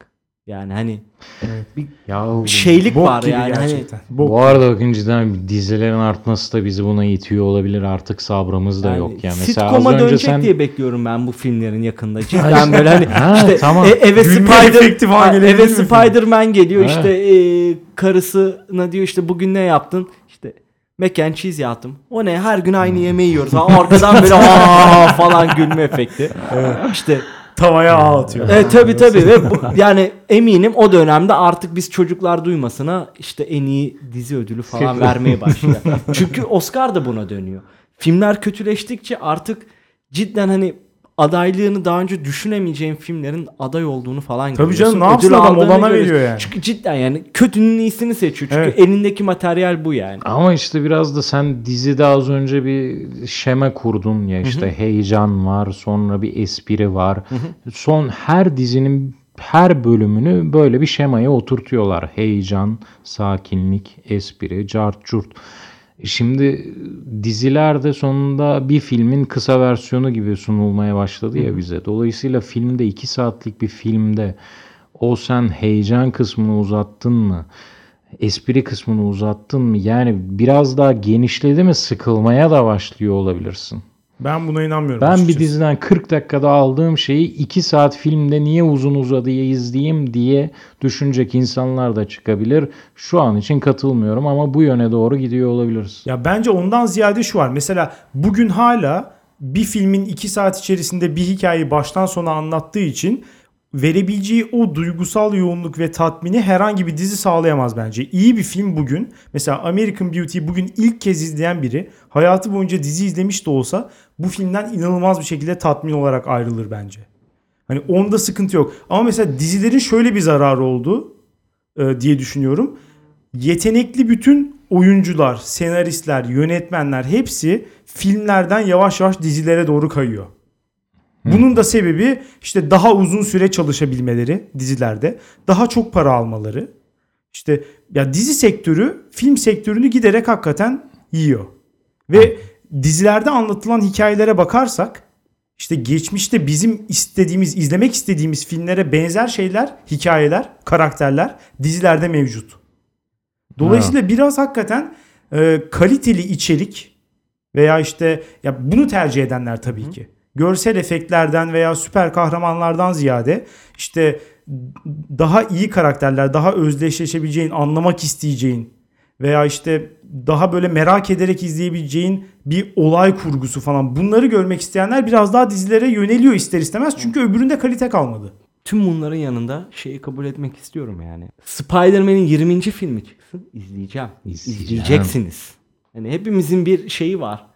Speaker 3: Yani hani bir
Speaker 2: Ya
Speaker 3: bir şeylik
Speaker 1: Bok
Speaker 3: var
Speaker 1: gibi
Speaker 3: yani. Hani
Speaker 1: gerçekten. Bok.
Speaker 2: bu arada bakın cidden dizilerin artması da bizi buna itiyor olabilir. Artık sabrımız da
Speaker 3: yani
Speaker 2: yok. Yani mesela az
Speaker 3: sitcom'a
Speaker 2: önce
Speaker 3: dönecek
Speaker 2: sen
Speaker 3: diye bekliyorum ben bu filmlerin yakında. Cidden böyle hani
Speaker 2: Ha,
Speaker 3: işte
Speaker 2: tamam.
Speaker 3: e- eve
Speaker 1: Gülme
Speaker 3: Spider
Speaker 1: efekti falan
Speaker 3: Ha,
Speaker 1: gelebilir
Speaker 3: eve
Speaker 1: mi film?
Speaker 3: Spider-Man geliyor
Speaker 2: Ha.
Speaker 3: işte e, karısına diyor işte bugün ne yaptın? İşte mac and cheese yaptım. O ne? Her gün aynı yemeği yiyoruz. Ha, arkadan böyle aa falan gülme efekti. İşte
Speaker 1: Tavaya ağ atıyor.
Speaker 3: Evet tabii tabii ve bu, yani eminim o dönemde artık biz çocuklar duymasına işte en iyi dizi ödülü falan vermeye başladı. Çünkü Oscar da buna dönüyor. Filmler kötüleştikçe artık cidden hani adaylığını daha önce düşünemeyeceğin filmlerin aday olduğunu falan
Speaker 1: Tabii
Speaker 3: görüyorsun.
Speaker 1: canım, ne yapsın
Speaker 3: Ödül
Speaker 1: adam,
Speaker 3: aldığını
Speaker 1: olana
Speaker 3: görüyorsun.
Speaker 1: veriyor yani.
Speaker 3: Çünkü cidden yani kötünün iyisini seçiyor. Çünkü
Speaker 1: Evet.
Speaker 3: elindeki materyal bu yani.
Speaker 2: ama işte biraz da sen dizide az önce bir şema kurdun ya, işte heyecan var, sonra bir espri var. Son her dizinin her bölümünü böyle bir şemaya oturtuyorlar. Heyecan, sakinlik, espri, cart curt. Şimdi dizilerde sonunda bir filmin kısa versiyonu gibi sunulmaya başladı ya bize. Dolayısıyla filmde iki saatlik bir filmde o sen heyecan kısmını uzattın mı? Espri kısmını uzattın mı? Yani biraz daha genişledi mi sıkılmaya da başlıyor olabilirsin.
Speaker 1: Ben buna inanmıyorum
Speaker 2: Ben
Speaker 1: açıkçası.
Speaker 2: bir diziden kırk dakikada aldığım şeyi iki saat filmde niye uzun uzadı izleyeyim diye düşünecek insanlar da çıkabilir. Şu an için katılmıyorum ama bu yöne doğru gidiyor olabiliriz.
Speaker 1: Ya bence ondan ziyade şu var. Mesela bugün hala bir filmin iki saat içerisinde bir hikayeyi baştan sona anlattığı için verebileceği o duygusal yoğunluk ve tatmini herhangi bir dizi sağlayamaz bence. İyi bir film bugün, mesela American Beauty'yi bugün ilk kez izleyen biri hayatı boyunca dizi izlemiş de olsa bu filmden inanılmaz bir şekilde tatmin olarak ayrılır bence. Hani onda sıkıntı yok. Ama mesela dizilerin şöyle bir zararı oldu e, diye düşünüyorum. Yetenekli bütün oyuncular, senaristler, yönetmenler hepsi filmlerden yavaş yavaş dizilere doğru kayıyor. Bunun da sebebi işte daha uzun süre çalışabilmeleri dizilerde, daha çok para almaları. İşte ya dizi sektörü film sektörünü giderek hakikaten yiyor. Ve dizilerde anlatılan hikayelere bakarsak işte geçmişte bizim istediğimiz, izlemek istediğimiz filmlere benzer şeyler, hikayeler, karakterler dizilerde mevcut. Dolayısıyla biraz hakikaten e, kaliteli içerik veya işte ya bunu tercih edenler tabii ki. Görsel efektlerden veya süper kahramanlardan ziyade işte daha iyi karakterler, daha özdeşleşebileceğin, anlamak isteyeceğin veya işte daha böyle merak ederek izleyebileceğin bir olay kurgusu falan, bunları görmek isteyenler biraz daha dizilere yöneliyor ister istemez. Çünkü öbüründe kalite kalmadı.
Speaker 3: Tüm bunların yanında şeyi kabul etmek istiyorum yani. Spider-Man'in yirminci filmi çıksın, izleyeceğim.
Speaker 2: İzleyeceğim.
Speaker 3: İzleyeceksiniz. Yani hepimizin bir şeyi var.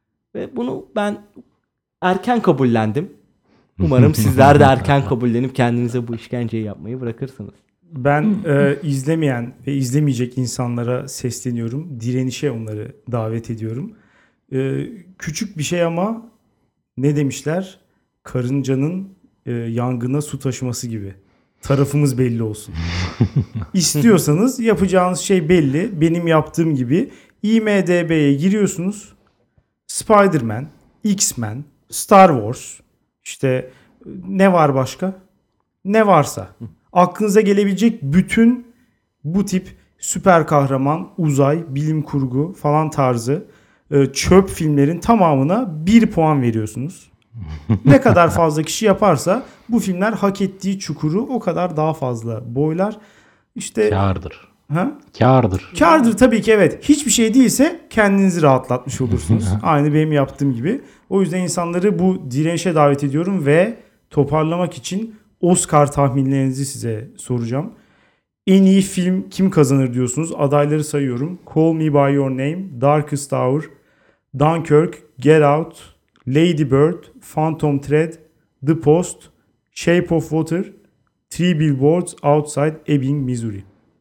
Speaker 3: Ve bunu ben erken kabullendim. Umarım sizler de erken kabullenip kendinize bu işkenceyi yapmayı bırakırsınız.
Speaker 1: Ben e, izlemeyen ve izlemeyecek insanlara sesleniyorum. Direnişe onları davet ediyorum. E, küçük bir şey ama ne demişler? Karıncanın e, yangına su taşıması gibi. Tarafımız belli olsun. İstiyorsanız yapacağınız şey belli. Benim yaptığım gibi I M D B'ye giriyorsunuz. Spider-Man, X-Men, Star Wars, işte ne var başka? Ne varsa. Aklınıza gelebilecek bütün bu tip süper kahraman, uzay, bilim kurgu falan tarzı e, çöp filmlerin tamamına bir puan veriyorsunuz. Ne kadar fazla kişi yaparsa bu filmler hak ettiği çukuru o kadar daha fazla boylar. İşte
Speaker 2: Kârdır.
Speaker 1: ha?
Speaker 2: Kârdır.
Speaker 1: Kârdır tabii ki, evet. Hiçbir şey değilse kendinizi rahatlatmış olursunuz. Aynı benim yaptığım gibi. O yüzden insanları bu direnişe davet ediyorum ve toparlamak için Oscar tahminlerinizi size soracağım. En iyi film kim kazanır diyorsunuz? Adayları sayıyorum. Call Me By Your Name, Darkest Hour, Dunkirk, Get Out, Lady Bird, Phantom Thread, The Post, Shape of Water, Three Billboards Outside Ebbing, Missouri.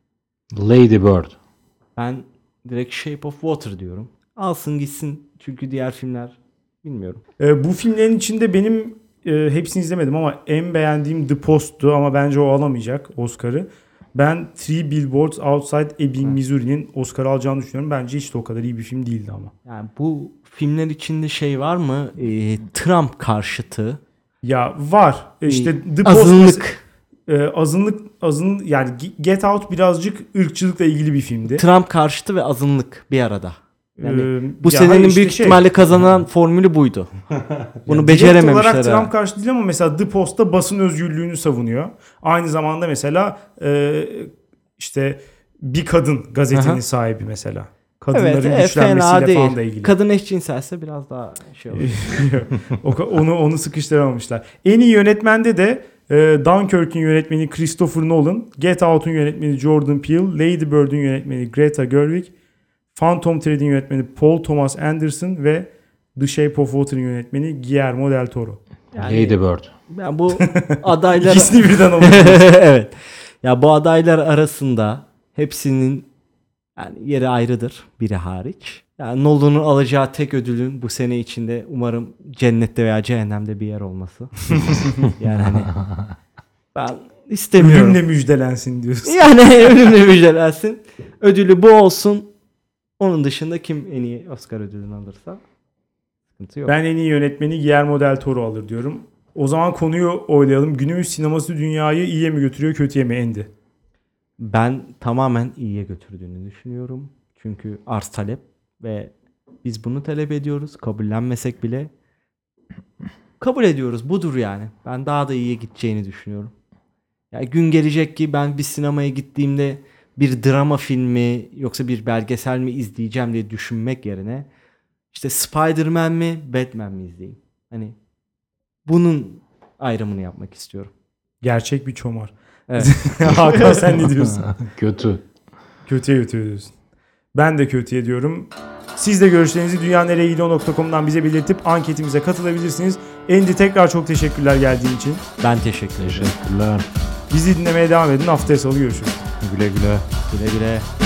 Speaker 2: Lady Bird.
Speaker 3: Ben direkt Shape of Water diyorum. Alsın gitsin çünkü diğer filmler bilmiyorum.
Speaker 1: Ee, bu filmlerin içinde benim e, hepsini izlemedim ama en beğendiğim The Post'tu ama bence o alamayacak Oscar'ı. Ben Three Billboards Outside Ebbing, Missouri'nin Oscar alacağını düşünüyorum. Bence hiç de o kadar iyi bir film değildi ama.
Speaker 3: Yani bu filmler içinde şey var mı? Ee, Trump karşıtı.
Speaker 1: Ya var. İşte
Speaker 3: Ee,
Speaker 1: The Post,
Speaker 3: azınlık.
Speaker 1: e, azınlık azın yani Get Out birazcık ırkçılıkla ilgili bir filmdi.
Speaker 3: Trump karşıtı ve azınlık bir arada. Yani
Speaker 1: Ee,
Speaker 3: bu
Speaker 1: ya
Speaker 3: senenin
Speaker 1: hayır işte
Speaker 3: büyük
Speaker 1: şey,
Speaker 3: ihtimalle kazanan formülü buydu. Bunu
Speaker 1: direkt
Speaker 3: becerememişler.
Speaker 1: olarak
Speaker 3: ha.
Speaker 1: Trump karşı değil ama mesela The Post'ta basın özgürlüğünü savunuyor. Aynı zamanda mesela e, işte bir kadın gazetenin
Speaker 3: Aha.
Speaker 1: sahibi mesela. Kadınların
Speaker 3: Evet, e,
Speaker 1: güçlenmesiyle
Speaker 3: fena değil.
Speaker 1: falan da ilgili.
Speaker 3: Kadın eşcinselse biraz daha şey olur.
Speaker 1: O- onu onu sıkıştıramamışlar. En iyi yönetmende de e, Dunkirk'ün yönetmeni Christopher Nolan, Get Out'un yönetmeni Jordan Peele, Lady Bird'ün yönetmeni Greta Gerwig, Phantom Thread'in yönetmeni Paul Thomas Anderson ve The Shape of Water'ın yönetmeni Guillermo del Toro.
Speaker 3: Yani,
Speaker 2: Lady Bird.
Speaker 3: yani bu adaylar
Speaker 1: İkisini birden alıyor.
Speaker 3: evet. Ya bu adaylar arasında hepsinin yani yeri ayrıdır, biri hariç. Yani Nolan'ın alacağı tek ödülün bu sene içinde umarım cennette veya cehennemde bir yer olması. Yani hani ben istemiyorum.
Speaker 1: Ölümle müjdelensin diyorsun.
Speaker 3: Yani ölümle müjdelensin. Ödülü bu olsun. Onun dışında kim en iyi Oscar ödülünü alırsa sıkıntı yok.
Speaker 1: Ben en iyi yönetmeni Guillermo del Toro alır diyorum. O zaman konuyu oylayalım. Günümüz sineması dünyayı iyiye mi götürüyor, kötüye mi Endi?
Speaker 3: Ben tamamen iyiye götürdüğünü düşünüyorum. Çünkü arz talep ve biz bunu talep ediyoruz. Kabullenmesek bile kabul ediyoruz. Budur yani. Ben daha da iyiye gideceğini düşünüyorum. Yani gün gelecek ki ben bir sinemaya gittiğimde bir drama filmi yoksa bir belgesel mi izleyeceğim diye düşünmek yerine işte Spider-Man mi Batman mi izleyeyim. Hani bunun ayrımını yapmak istiyorum.
Speaker 1: Gerçek bir çomar.
Speaker 3: Evet.
Speaker 1: Hakan sen ne diyorsun?
Speaker 2: Kötü.
Speaker 1: Kötüye götürüyor diyorsun. Ben de kötüye diyorum. Siz de görüşlerinizi dünyanereyegidiyor nokta com'dan bize belirtip anketimize katılabilirsiniz. Endi tekrar çok teşekkürler geldiğin için.
Speaker 3: Ben teşekkür ederim.
Speaker 2: Teşekkürler.
Speaker 1: Bizi dinlemeye devam edin. Haftaya salı görüşürüz.
Speaker 2: Güle güle.
Speaker 3: Güle güle.